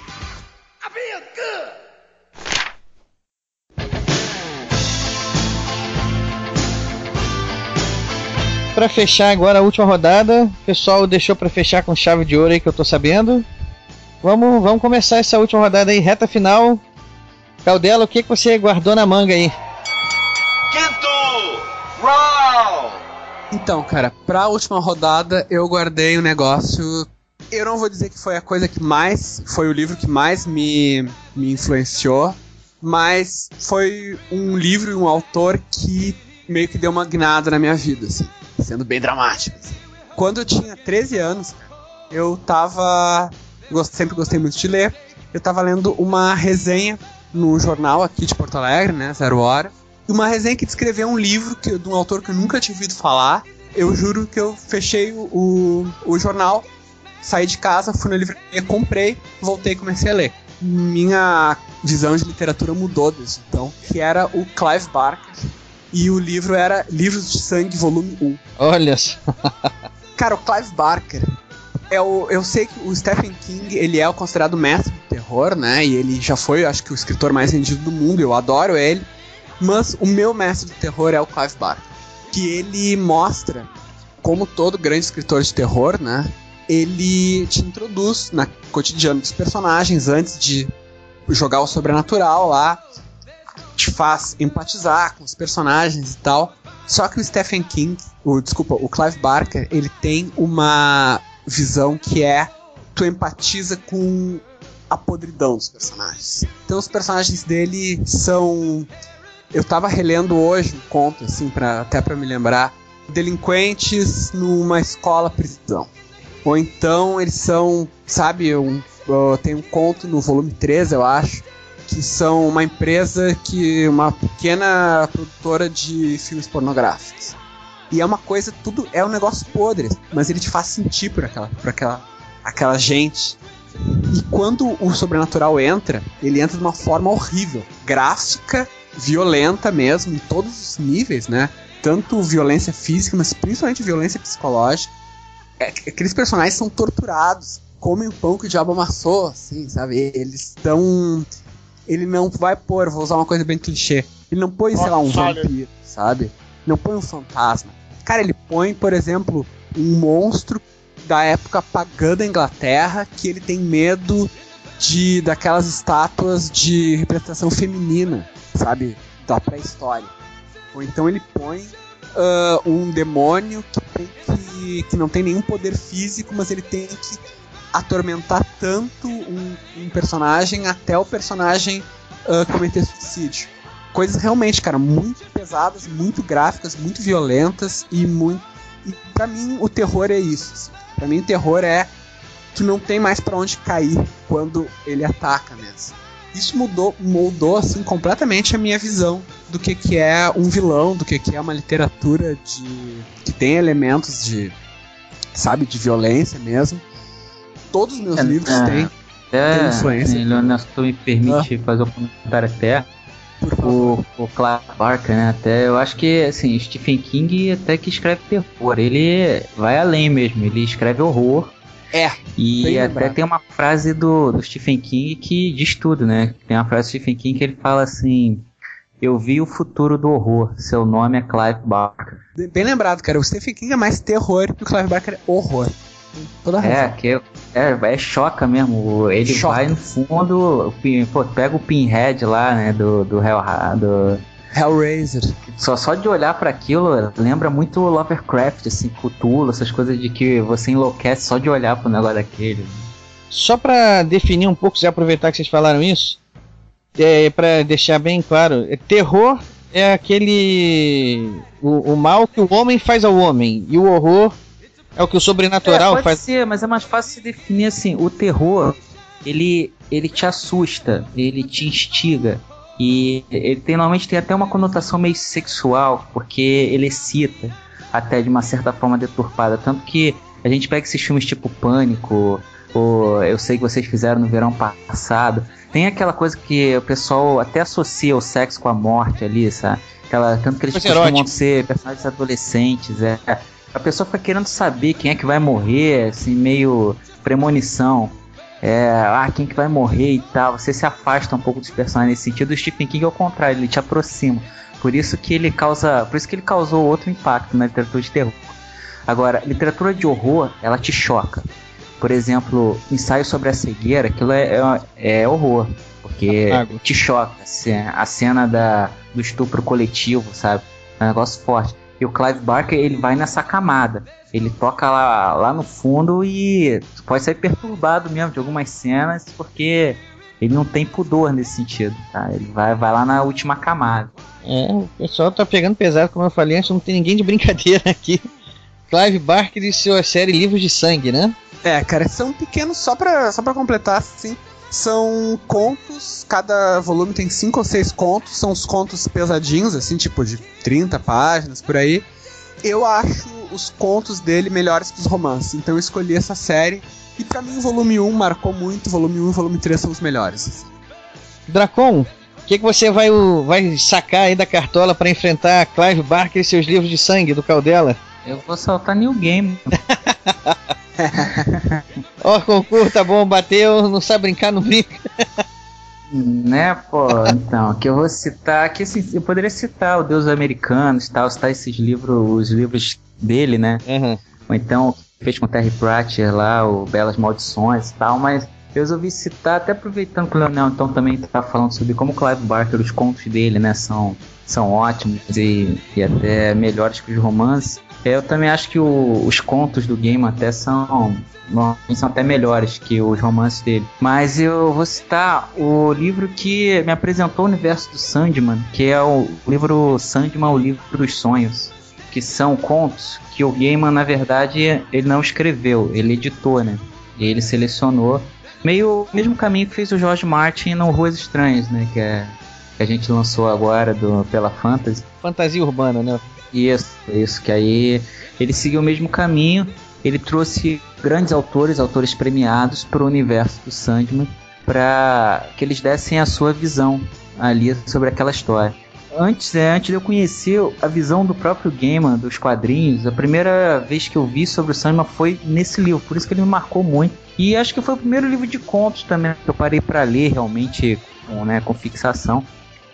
Pra fechar agora a última rodada, o pessoal deixou pra fechar com chave de ouro aí que eu tô sabendo. Vamos, vamos começar essa última rodada aí, reta final. Caldela, o que, que você guardou na manga aí? Então, cara, pra última rodada eu guardei um negócio. Eu não vou dizer que foi a coisa que mais. Foi o livro que mais me, me influenciou, mas foi um livro e um autor que meio que deu uma guinada na minha vida, assim, sendo bem dramático. Assim. Quando eu tinha treze anos, eu tava. Eu sempre gostei muito de ler. Eu tava lendo uma resenha no jornal aqui de Porto Alegre, né? Zero Hora. Uma resenha que descreveu um livro que, de um autor que eu nunca tinha ouvido falar. Eu juro que eu fechei o, o, o jornal, saí de casa, fui na livraria, comprei, voltei e comecei a ler. Minha visão de literatura mudou desde então, que era o Clive Barker. E o livro era Livros de Sangue, volume um. Olha só. Cara, o Clive Barker... É o, eu sei que o Stephen King, ele é o considerado mestre do terror, né? E ele já foi, acho que, o escritor mais vendido do mundo. Eu adoro ele. Mas o meu mestre do terror é o Clive Barker. Que ele mostra, como todo grande escritor de terror, né? Ele te introduz no cotidiano dos personagens antes de jogar o sobrenatural lá. Te faz empatizar com os personagens e tal. Só que o Stephen King, o, desculpa, o Clive Barker, ele tem uma visão que é, tu empatiza com a podridão dos personagens. Então os personagens dele são... Eu tava relendo hoje um conto, assim, pra, até pra me lembrar, delinquentes numa escola prisão. Ou então eles são, sabe, um, uh, tem um conto no volume treze, eu acho, que são uma empresa que, uma pequena produtora de filmes pornográficos. E é uma coisa, tudo é um negócio podre, mas ele te faz sentir por aquela, por aquela, aquela gente. E quando o sobrenatural entra, ele entra de uma forma horrível, gráfica, violenta mesmo, em todos os níveis, né? Tanto violência física, mas principalmente violência psicológica. É, aqueles personagens são torturados, comem o pão que o diabo amassou, assim, sabe? Eles estão... Ele não vai pôr, vou usar uma coisa bem clichê, ele não põe, sei lá, um vampiro, sabe? Não põe um fantasma. Cara, ele põe, por exemplo, um monstro da época pagã da Inglaterra, que ele tem medo de daquelas estátuas de representação feminina, sabe? Da pré-história. Ou então ele põe uh, um demônio que, tem que, que não tem nenhum poder físico, mas ele tem que atormentar tanto um, um personagem até o personagem uh, cometer suicídio. Coisas realmente, cara, muito pesadas, muito gráficas, muito violentas e muito... E pra mim o terror é isso. Assim. Pra mim o terror é... Tu não tem mais pra onde cair quando ele ataca mesmo. Isso mudou, moldou assim, completamente a minha visão do que, que é um vilão, do que, que é uma literatura de... que tem elementos de... sabe, de violência mesmo. Todos os meus é, livros é, têm, é, têm influência. Leonel, se tu me permite ah. fazer um comentário até... O, o Clive Barker, né, até eu acho que, assim, Stephen King até que escreve terror, ele vai além mesmo, ele escreve horror. É. E até lembrado. Tem uma frase do, do Stephen King que diz tudo, né, tem uma frase do Stephen King que ele fala assim: eu vi o futuro do horror, seu nome é Clive Barker. Bem lembrado, cara, o Stephen King é mais terror e o Clive Barker é horror. Toda razão. É, que é, é choca mesmo. Ele choca. Vai no fundo, pô, pega o Pinhead lá, né, do, do, Hell, do Hellraiser. Só, só de olhar para aquilo lembra muito Lovecraft, assim, Cthulhu, essas coisas de que você enlouquece só de olhar pro negócio daquele. Só pra definir um pouco, já aproveitar que vocês falaram isso, é, pra deixar bem claro, é, terror é aquele o, o mal que o homem faz ao homem, e o horror é o que o sobrenatural é, pode faz. Ser, mas é mais fácil se definir assim. O terror, ele, ele te assusta, ele te instiga. E ele tem, normalmente tem até uma conotação meio sexual, porque ele excita, até de uma certa forma deturpada. Tanto que a gente pega esses filmes tipo Pânico, ou Eu Sei Que Vocês Fizeram no Verão Passado. Tem aquela coisa que o pessoal até associa o sexo com a morte ali, sabe? Aquela, tanto que eles costumam ser personagens adolescentes, é... A pessoa fica querendo saber quem é que vai morrer, assim, meio premonição. É, ah, quem que vai morrer e tal. Você se afasta um pouco dos personagens nesse sentido. O Stephen King é o contrário, ele te aproxima. Por isso que ele causa, por isso que ele causou outro impacto na literatura de terror. Agora, literatura de horror, ela te choca. Por exemplo, Ensaio sobre a Cegueira, aquilo é, é, é horror. Porque te choca. Assim, a cena da, do estupro coletivo, sabe? É um negócio forte. E o Clive Barker, ele vai nessa camada. Ele toca lá, lá no fundo e pode ser perturbado mesmo de algumas cenas, porque ele não tem pudor nesse sentido, tá? Ele vai, vai lá na última camada. É, o pessoal tá pegando pesado, como eu falei antes, não tem ninguém de brincadeira aqui. Clive Barker e sua série Livros de Sangue, né? É, cara, são pequenos, só pra, só pra completar, assim, são contos, cada volume tem cinco ou seis contos, são os contos pesadinhos, assim, tipo de trinta páginas, por aí. Eu acho os contos dele melhores que os romances, então eu escolhi essa série, e pra mim o volume um marcou muito, volume um e volume três são os melhores. Assim. Dracon, o que, que você vai, vai sacar aí da cartola pra enfrentar Clive Barker e seus livros de sangue do Caldela? Eu vou soltar New Game. Ó, oh, concurso, tá bom, bateu, não sabe brincar, não brinca. Né, pô, então, que eu vou citar, que assim, eu poderia citar o Deus Americanos, tal, citar esses livros, os livros dele, né? Uhum. Ou então, o que fez com o Terry Pratchett lá, o Belas Maldições e tal, mas eu resolvi citar, até aproveitando que o Leonel então também tá falando sobre como o Clive Barker, os contos dele, né, são, são ótimos e, e até melhores que os romances. Eu também acho que o, os contos do Gaiman até são, são até melhores que os romances dele. Mas eu vou citar o livro que me apresentou o universo do Sandman, que é o livro Sandman, o livro dos sonhos, que são contos que o Gaiman, na verdade, ele não escreveu, ele editou, né? Ele selecionou, meio o mesmo caminho que fez o George Martin no Ruas Estranhas, né? Que, é, que a gente lançou agora do, pela Fantasy. Fantasia urbana, né? Isso, isso, que aí ele seguiu o mesmo caminho, ele trouxe grandes autores, autores premiados para o universo do Sandman, para que eles dessem a sua visão ali sobre aquela história. Antes, é, antes de eu conhecer a visão do próprio Gaiman, dos quadrinhos, a primeira vez que eu vi sobre o Sandman foi nesse livro, por isso que ele me marcou muito. E acho que foi o primeiro livro de contos também que eu parei para ler realmente com, né, com fixação.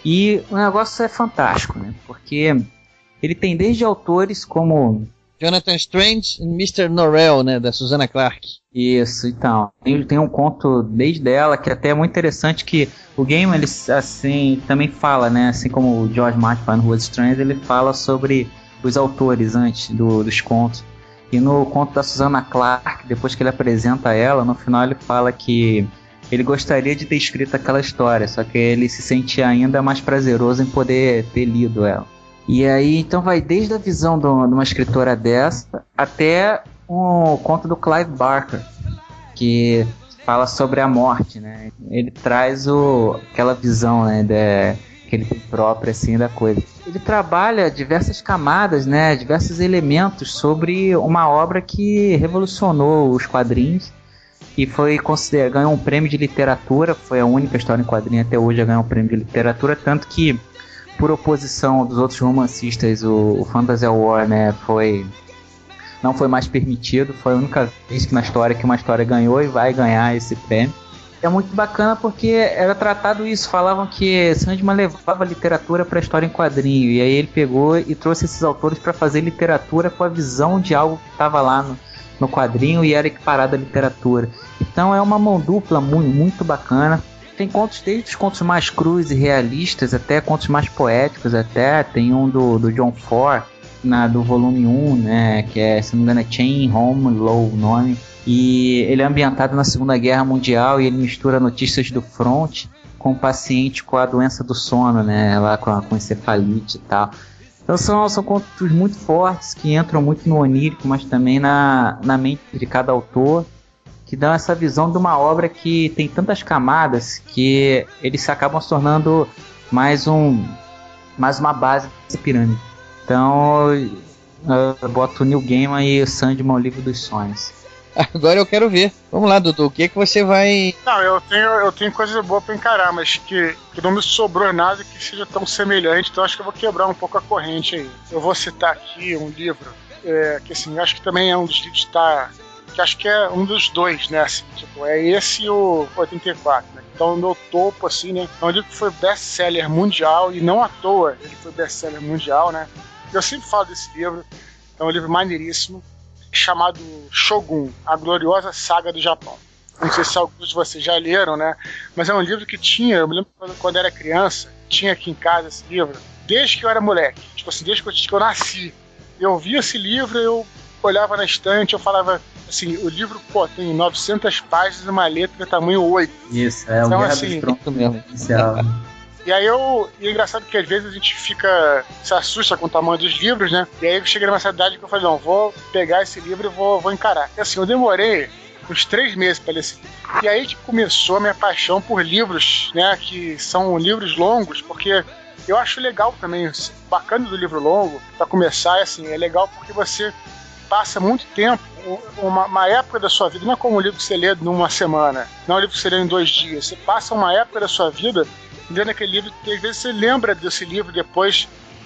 E o negócio é fantástico, né, porque ele tem desde autores como Jonathan Strange e mister Norrell, né, da Susanna Clarke. Isso, então. Ele tem um conto desde ela que até é muito interessante, que o Gaiman, ele assim, também fala, né, assim como o George Martin fala no Ruas Estranhas, ele fala sobre os autores antes do, dos contos. E no conto da Susanna Clarke, depois que ele apresenta ela, no final ele fala que ele gostaria de ter escrito aquela história, só que ele se sente ainda mais prazeroso em poder ter lido ela. E aí, então vai desde a visão de uma escritora dessa até o conto do Clive Barker, que fala sobre a morte, né? Ele traz o, aquela visão, né, de, que ele tem própria, assim, da coisa. Ele trabalha diversas camadas, né, diversos elementos sobre uma obra que revolucionou os quadrinhos e foi considerado, ganhou um prêmio de literatura, foi a única história em quadrinho até hoje a ganhar um prêmio de literatura, tanto que por oposição dos outros romancistas, o, o Fantasy War, né, foi, não foi mais permitido. Foi a única vez que na história que uma história ganhou e vai ganhar esse prêmio. É muito bacana porque era tratado isso. Falavam que Sandman levava literatura para a história em quadrinho. E aí ele pegou e trouxe esses autores para fazer literatura com a visão de algo que estava lá no, no quadrinho e era equiparado à literatura. Então é uma mão dupla muito, muito bacana. Tem contos desde os contos mais crus e realistas até contos mais poéticos, até tem um do, do John Ford, na, do volume um, né, que é, se não me engano, é Chain Home Low o nome, e ele é ambientado na Segunda Guerra Mundial e ele mistura notícias do front com o paciente com a doença do sono, né, lá com, a, com encefalite e tal. Então são, são contos muito fortes que entram muito no onírico, mas também na, na mente de cada autor, que dão essa visão de uma obra que tem tantas camadas que eles acabam se tornando mais, um, mais uma base dessa pirâmide. Então eu boto o Neil Gaiman e o Sandman, o livro dos sonhos. Agora eu quero ver. Vamos lá, Dudu, o que, que você vai... Não, eu tenho, eu tenho coisa boa pra encarar, mas que, que não me sobrou nada que seja tão semelhante, então acho que eu vou quebrar um pouco a corrente aí. Eu vou citar aqui um livro é, que assim, acho que também é um dos livros que tá... que acho que é um dos dois, né, assim, tipo, é esse e o oitenta e quatro, né, então o meu topo, assim, né, é um livro que foi best-seller mundial, e não à toa ele foi best-seller mundial, né, eu sempre falo desse livro, é um livro maneiríssimo, chamado Shogun, a gloriosa saga do Japão. Não sei se alguns de vocês já leram, né, mas é um livro que tinha, eu me lembro quando eu era criança, tinha aqui em casa esse livro, desde que eu era moleque, tipo assim, desde que eu, que eu nasci, eu via esse livro, eu olhava na estante, eu falava assim, o livro, pô, tem novecentas páginas e uma letra tamanho oito. Isso, é o então, Guerra assim, dos Tronos mesmo. Inicial. E aí eu. E é engraçado que às vezes a gente fica. Se assusta com o tamanho dos livros, né? E aí eu cheguei numa cidade que eu falei, não, vou pegar esse livro e vou, vou encarar. E assim, eu demorei uns três meses para ler esse livro. E aí que começou a minha paixão por livros, né? Que são livros longos, porque eu acho legal também, bacana do livro longo, para começar, assim, é legal porque você passa muito tempo, uma, uma época da sua vida, não é como um livro que você lê numa semana, não é um livro que você lê em dois dias, você passa uma época da sua vida lendo aquele livro, que às vezes você lembra desse livro depois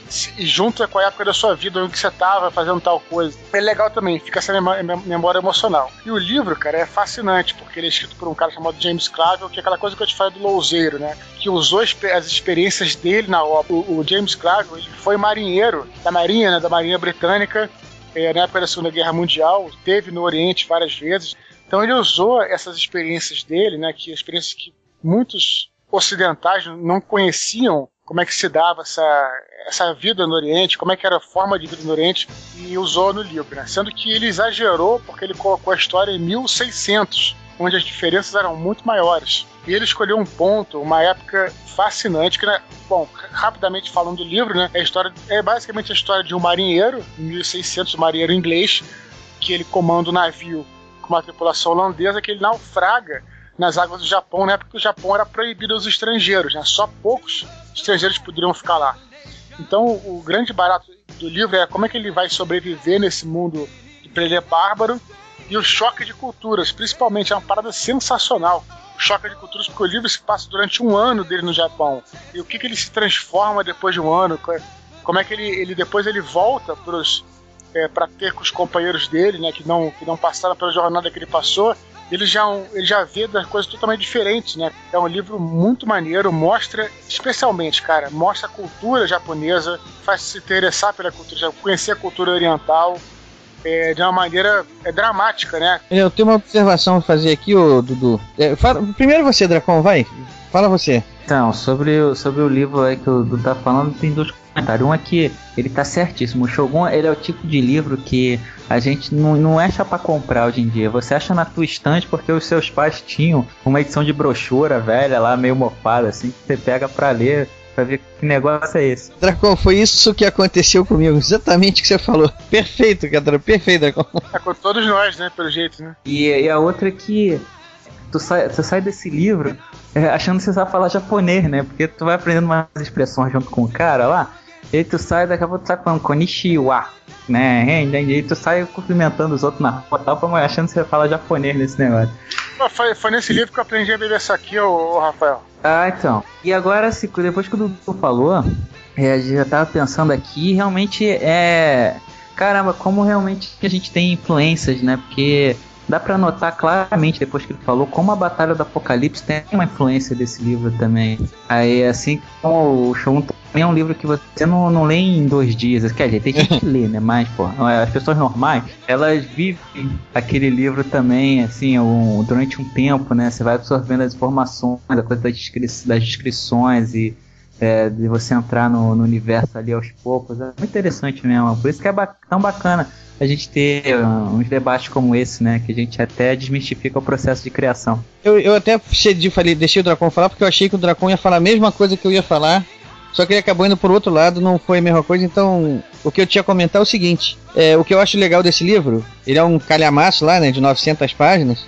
e junta com a época da sua vida, onde você estava fazendo tal coisa. É legal também, fica essa memória, memória emocional. E o livro, cara, é fascinante, porque ele é escrito por um cara chamado James Clavell, que é aquela coisa que eu te falei do louzeiro, né? Que usou as experiências dele na obra. O, o James Clavell, ele foi marinheiro da Marinha, né, da Marinha Britânica, é, na época da Segunda Guerra Mundial, esteve no Oriente várias vezes. Então ele usou essas experiências dele, né, que experiências que muitos ocidentais não conheciam, como é que se dava essa, essa vida no Oriente, como é que era a forma de vida no Oriente, e usou no livro, né? Sendo que ele exagerou porque ele colocou a história em mil e seiscentos, onde as diferenças eram muito maiores. E ele escolheu um ponto, uma época fascinante, que, né, bom, rapidamente falando do livro, né, é, a história, é basicamente a história de um marinheiro, em mil e seiscentos, um marinheiro inglês, que ele comanda um navio com uma tripulação holandesa, que ele naufraga nas águas do Japão, né, porque o Japão era proibido aos estrangeiros, né, só poucos estrangeiros poderiam ficar lá. Então o grande barato do livro é como é que ele vai sobreviver nesse mundo de ele é bárbaro, e o choque de culturas, principalmente, é uma parada sensacional. O choque de culturas, porque o livro se passa durante um ano dele no Japão, e o que, que ele se transforma depois de um ano, como é que ele, ele depois ele volta pros, é, para ter com os companheiros dele, né, que não, que não passaram pela jornada que ele passou. Ele já, ele já vê das coisas totalmente diferentes, né? É um livro muito maneiro, mostra, especialmente, cara, mostra a cultura japonesa, faz se interessar pela cultura, conhecer a cultura oriental, é, de uma maneira é, dramática, né? Eu tenho uma observação a fazer aqui, ô Dudu. É, fala, primeiro você, Dracon, vai. Fala você. Então, sobre, o, sobre o livro aí que o Dudu tá falando, tem dois comentários. Um é que ele tá certíssimo. O Shogun, ele é o tipo de livro que a gente não, não acha pra comprar hoje em dia. Você acha na tua estante porque os seus pais tinham uma edição de brochura velha lá, meio mofada, assim, que você pega pra ler, pra ver que negócio é esse. Dracon, foi isso que aconteceu comigo, exatamente o que você falou. Perfeito, Cadra, perfeito, Dracon. É com todos nós, né, pelo jeito, né? E, e a outra é que tu sai, tu sai desse livro é, achando que você sabe falar japonês, né? Porque tu vai aprendendo umas expressões junto com o cara lá, e aí tu sai, daqui a pouco tu sai falando konnichiwa, né? E aí tu sai cumprimentando os outros na rua, tal, achando que você fala japonês nesse negócio. Foi, foi nesse livro que eu aprendi a beber sake, ô, ô Rafael. Ah, então. E agora, assim, depois que o Dudu falou, é, a gente já tava pensando aqui, realmente é... Caramba, como realmente a gente tem influências, né? Porque dá pra notar claramente, depois que ele falou, como a Batalha do Apocalipse tem uma influência desse livro também. Aí, assim como o Shogun também é um livro que você não, não lê em dois dias. Quer dizer, tem gente que lê, né? Mas, pô, as pessoas normais, elas vivem aquele livro também, assim, um, durante um tempo, né? Você vai absorvendo as informações, a coisa das, descri das descrições e é, de você entrar no, no universo ali aos poucos. É muito interessante mesmo. Por isso que é ba tão bacana a gente ter uh, uns debates como esse, né? Que a gente até desmistifica o processo de criação. Eu, eu até cedi, falei, deixei o Dracon falar, porque eu achei que o Dracon ia falar a mesma coisa que eu ia falar, só que ele acabou indo por outro lado, não foi a mesma coisa. Então, o que eu tinha a comentar é o seguinte, é, o que eu acho legal desse livro, ele é um calhamaço lá, né, de novecentas páginas,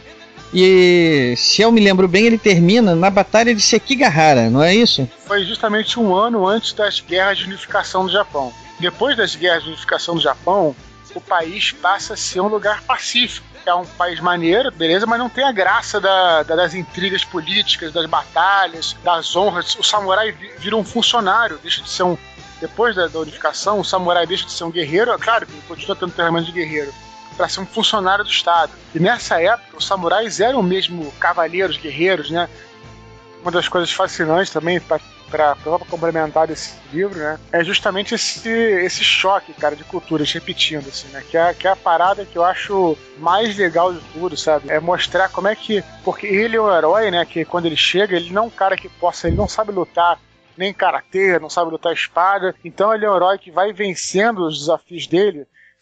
e se eu me lembro bem, ele termina na Batalha de Sekigahara, não é isso? Foi justamente um ano antes das guerras de unificação do Japão. Depois das guerras de unificação do Japão, o país passa a ser um lugar pacífico. É um país maneiro, beleza, mas não tem a graça da, da, das intrigas políticas, das batalhas, das honras. O samurai vira um funcionário, deixa de ser um... Depois da, da unificação, o samurai deixa de ser um guerreiro, claro que ele continua tendo treinamento de guerreiro, para ser um funcionário do Estado. E nessa época, os samurais eram mesmo cavaleiros, guerreiros, né? Uma das coisas fascinantes também, para complementar esse livro, né, é justamente esse, esse choque, cara, de culturas, repetindo, assim, né, que é, que é a parada que eu acho mais legal de tudo, sabe, é mostrar como é que, porque ele é um herói, né, que quando ele chega, ele não é um cara que possa, ele não sabe lutar nem karatê, não sabe lutar espada, então ele é um herói que vai vencendo os desafios dele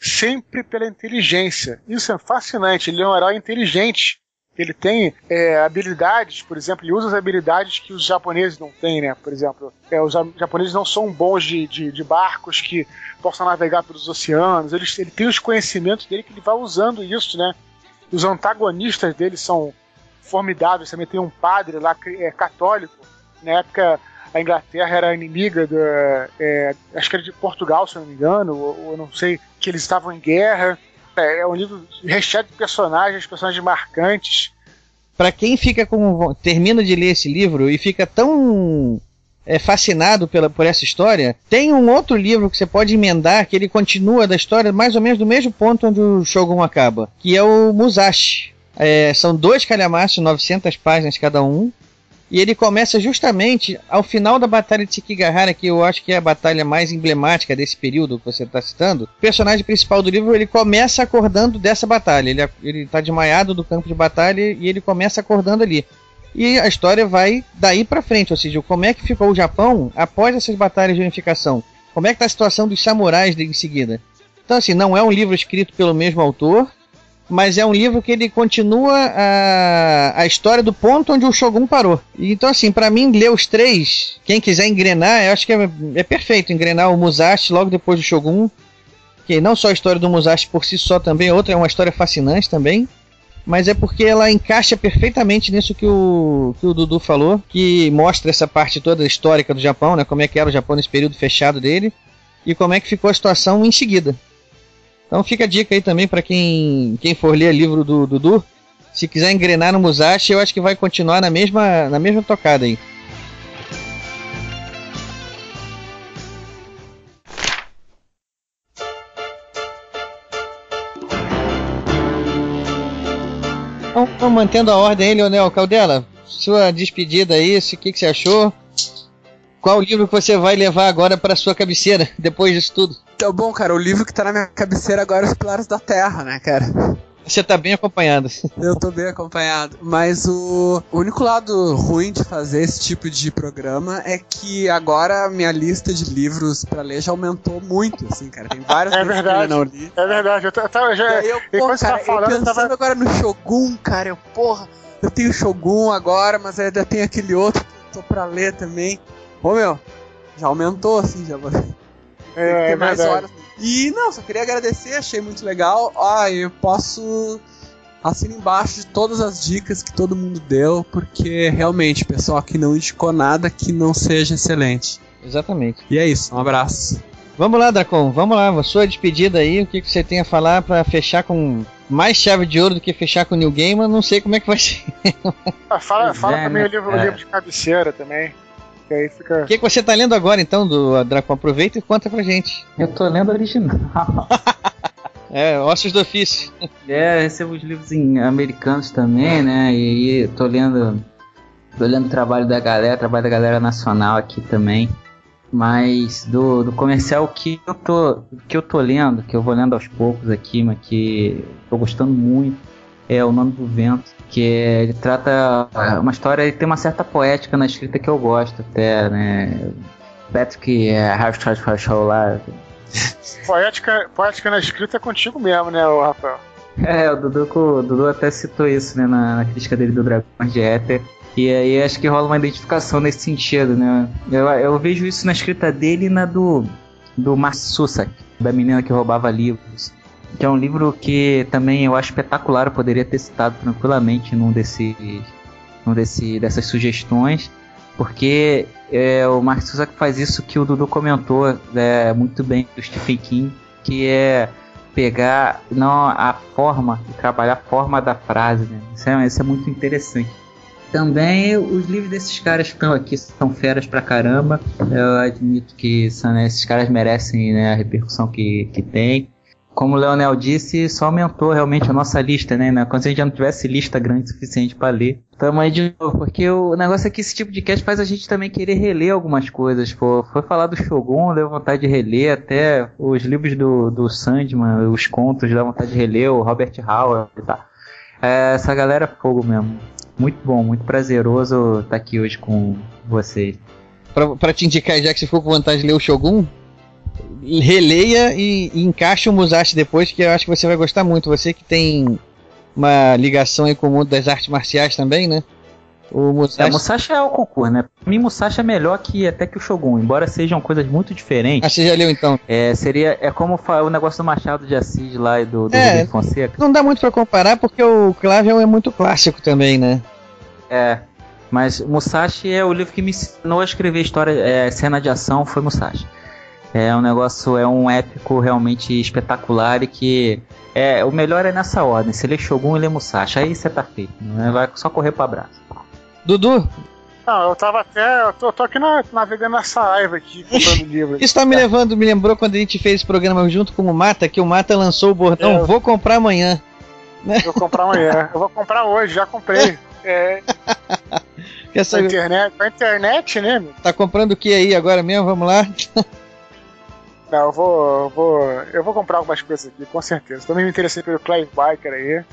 sempre pela inteligência. Isso é fascinante, ele é um herói inteligente. Ele tem é, habilidades, por exemplo, ele usa as habilidades que os japoneses não têm, né? Por exemplo, é, os japoneses não são bons de, de, de barcos que possam navegar pelos oceanos. Ele, ele tem os conhecimentos dele que ele vai usando isso, né? Os antagonistas dele são formidáveis. Também tem um padre lá é, católico. Na época, a Inglaterra era inimiga, do, é, acho que era de Portugal, se eu não me engano, ou, ou não sei, que eles estavam em guerra. É, é um livro recheado de personagens, personagens marcantes. Pra quem fica com termina de ler esse livro e fica tão é, fascinado pela, por essa história, tem um outro livro que você pode emendar, que ele continua da história mais ou menos do mesmo ponto onde o Shogun acaba, que é o Musashi. É, são dois calhamaços, novecentas páginas cada um, e ele começa justamente ao final da Batalha de Sekigahara, que eu acho que é a batalha mais emblemática desse período que você está citando. O personagem principal do livro, ele começa acordando dessa batalha. Ele, ele tá desmaiado do campo de batalha e ele começa acordando ali. E a história vai daí para frente, ou seja, como é que ficou o Japão após essas batalhas de unificação. Como é que está a situação dos samurais em seguida. Então, assim, não é um livro escrito pelo mesmo autor, mas é um livro que ele continua a, a história do ponto onde o Shogun parou. Então, assim, pra mim, ler os três, quem quiser engrenar, eu acho que é, é perfeito engrenar o Musashi logo depois do Shogun, que não só a história do Musashi por si só também, outra é uma história fascinante também, mas é porque ela encaixa perfeitamente nisso que o, que o Dudu falou, que mostra essa parte toda histórica do Japão, né, como é que era o Japão nesse período fechado dele, e como é que ficou a situação em seguida. Então fica a dica aí também para quem, quem for ler o livro do Dudu. Se quiser engrenar no Musashi, eu acho que vai continuar na mesma, na mesma tocada aí. Então, vamos mantendo a ordem aí, Leonel Caldela. Sua despedida aí, o que, que você achou? Qual o livro que você vai levar agora para sua cabeceira, depois disso tudo? Então, bom, cara, o livro que tá na minha cabeceira agora é Os Pilares da Terra, né, cara? Você tá bem acompanhado. Eu tô bem acompanhado. Mas o, o único lado ruim de fazer esse tipo de programa é que agora a minha lista de livros pra ler já aumentou muito, assim, cara. Tem vários é livros verdade, que eu não li. É verdade, eu tava já... Eu, pô, cara, tá falando, eu pensando eu tava... agora no Shogun, cara, eu, porra, eu tenho Shogun agora, mas ainda tem aquele outro que eu tô pra ler também. Ô, meu, já aumentou, assim, já vou... É, ter é mais verdade. horas. E não, só queria agradecer, achei muito legal. Ah, eu posso assinar embaixo de todas as dicas que todo mundo deu, porque realmente, pessoal que não indicou nada que não seja excelente. Exatamente. E é isso, um abraço. Vamos lá, Dracon, vamos lá, a sua despedida aí, o que, que você tem a falar pra fechar com mais chave de ouro do que fechar com o New Game, eu não sei como é que vai ser. Ah, fala fala é, também né, o livro, o é. livro de cabeceira também. Que aí fica... O que, que você tá lendo agora então, do Dracon? Aproveita e conta pra gente. Eu tô lendo a original. É, Ossos do Ofício. É, eu recebo os livros em americanos também, né? E aí tô lendo. Tô lendo o trabalho da galera, trabalho da galera nacional aqui também. Mas do, do comercial que eu tô. Que eu tô lendo, que eu vou lendo aos poucos aqui, mas que tô gostando muito, é O Nome do Vento. Que ele trata uma história, ele tem uma certa poética na escrita que eu gosto até, né? Patrick Harshawshawshau lá. Poética, poética na escrita é contigo mesmo, né, Rafael? É, o Dudu, o Dudu até citou isso, né, na, na crítica dele do Dragões de Éter. E aí acho que rola uma identificação nesse sentido, né? Eu, eu vejo isso na escrita dele e na do, do Matsusaki, da menina que roubava livros. Que é um livro que também eu acho espetacular, eu poderia ter citado tranquilamente num desses, num desse, dessas sugestões, porque é, o Mark Suzak faz isso que o Dudu comentou é, muito bem do Stephen King, que é pegar não a forma e trabalhar a forma da frase, né? Isso é, isso é muito interessante. Também os livros desses caras que estão aqui são feras pra caramba, eu admito que são, né, esses caras merecem, né, a repercussão que, que tem. Como o Leonel disse, só aumentou realmente a nossa lista, né? Quando a gente já não tivesse lista grande o suficiente para ler. Tamo aí de novo, porque o negócio é que esse tipo de cast faz a gente também querer reler algumas coisas. Pô, foi falar do Shogun, deu vontade de reler, até os livros do, do Sandman, os contos, dá vontade de reler, o Robert Howard e tal. É, essa galera é fogo mesmo. Muito bom, muito prazeroso estar aqui hoje com vocês. Pra, pra te indicar, já que você ficou com vontade de ler o Shogun, releia e, e encaixe o Musashi depois, que eu acho que você vai gostar muito. Você que tem uma ligação aí com o mundo das artes marciais também, né? O Musashi... É, Musashi é o concurso, né? Pra mim, Musashi é melhor que até que o Shogun, embora sejam coisas muito diferentes. Ah, você já leu então? É, seria, é como o negócio do Machado de Assis lá e do, do é, Rubens Fonseca. Não dá muito pra comparar porque o Clavel é muito clássico também, né? É, mas Musashi é o livro que me ensinou a escrever história, é, cena de ação, foi Musashi. É um negócio, é um épico realmente espetacular e que é, o melhor é nessa ordem. Se ele é Shogun, ele é Musashi. Aí você tá feito, né? Vai só correr pro abraço. Dudu? Não, eu tava até. Eu tô, tô aqui na, navegando nessa live aqui, comprando livro. Isso tá me levando, me lembrou quando a gente fez esse programa junto com o Mata, que o Mata lançou o bordão, é, vou comprar amanhã. Né? Vou comprar amanhã. Eu vou comprar hoje, já comprei. É. Quer saber? Com a internet, com a internet, né? Meu? Tá comprando o que aí agora mesmo? Vamos lá? Não, eu vou, eu vou. Eu vou comprar algumas coisas aqui, com certeza. Também me interessei pelo Clive Barker aí.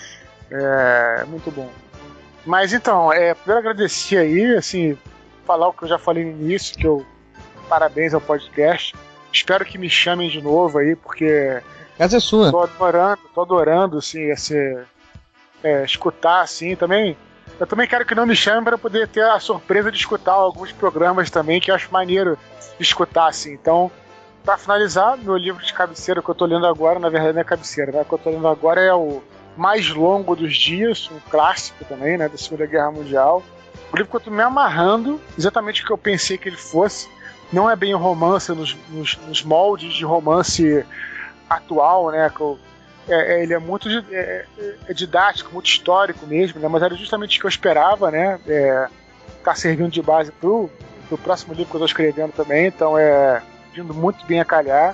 É muito bom. Mas então, é, primeiro agradecer aí, assim, falar o que eu já falei no início, que eu parabéns ao podcast. Espero que me chamem de novo aí, porque a casa é sua. Tô adorando, tô adorando, assim, esse, é, escutar, assim, também. Eu também quero que não me chamem para poder ter a surpresa de escutar alguns programas também, que eu acho maneiro de escutar, assim. Então, para finalizar, meu livro de cabeceira que eu tô lendo agora, na verdade não é cabeceira, né? O que eu tô lendo agora é o Mais Longo dos Dias, um clássico também, né, da Segunda Guerra Mundial. O livro que eu tô me amarrando, exatamente o que eu pensei que ele fosse. Não é bem um romance nos, nos, nos moldes de romance atual, né, que eu, é, é, ele é muito é, é didático, muito histórico mesmo, né, mas era justamente o que eu esperava, né, é, tá servindo de base pro, pro próximo livro que eu tô escrevendo também, então é vindo muito bem a calhar.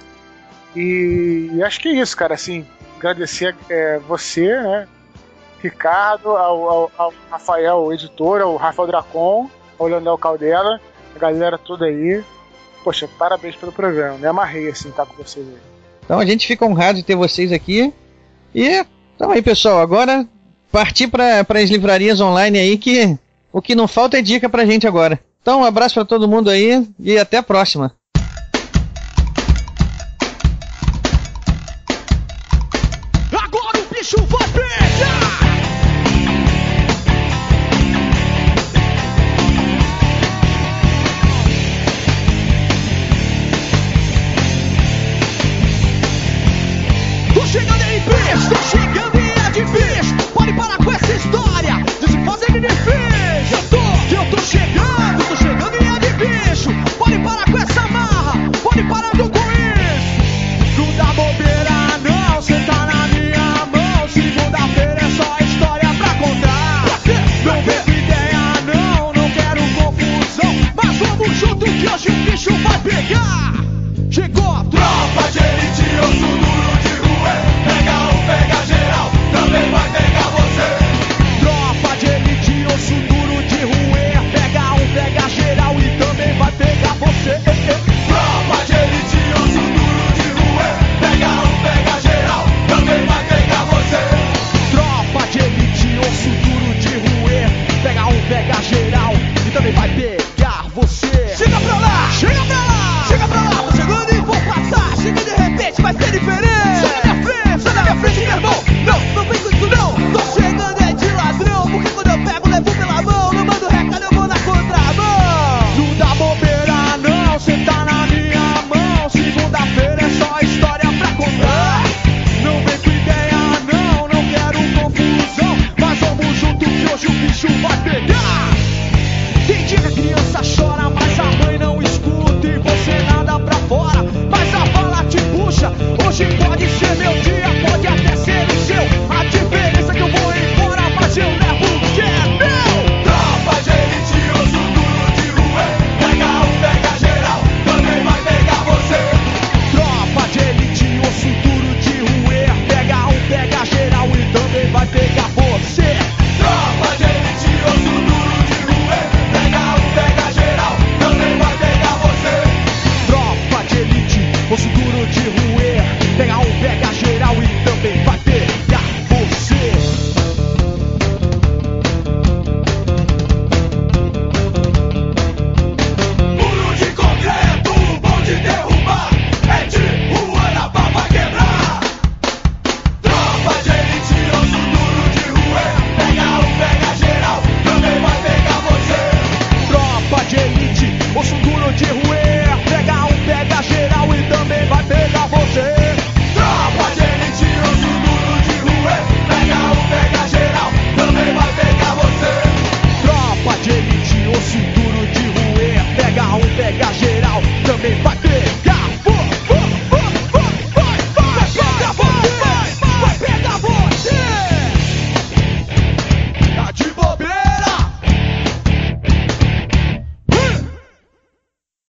E, e acho que é isso, cara, assim, agradecer é, você, né, Ricardo, ao, ao, ao Rafael, o editor, ao Rafael Dracon, ao Leonel Caldela, a galera toda aí. Poxa, parabéns pelo programa, me amarrei assim, estar com vocês aí. Então a gente fica honrado de ter vocês aqui. E então aí, pessoal, agora partir para as livrarias online aí, que o que não falta é dica pra gente agora. Então um abraço para todo mundo aí e até a próxima. Agora o bicho vai pegar! Tô chegando aí, bicho! Tô chegando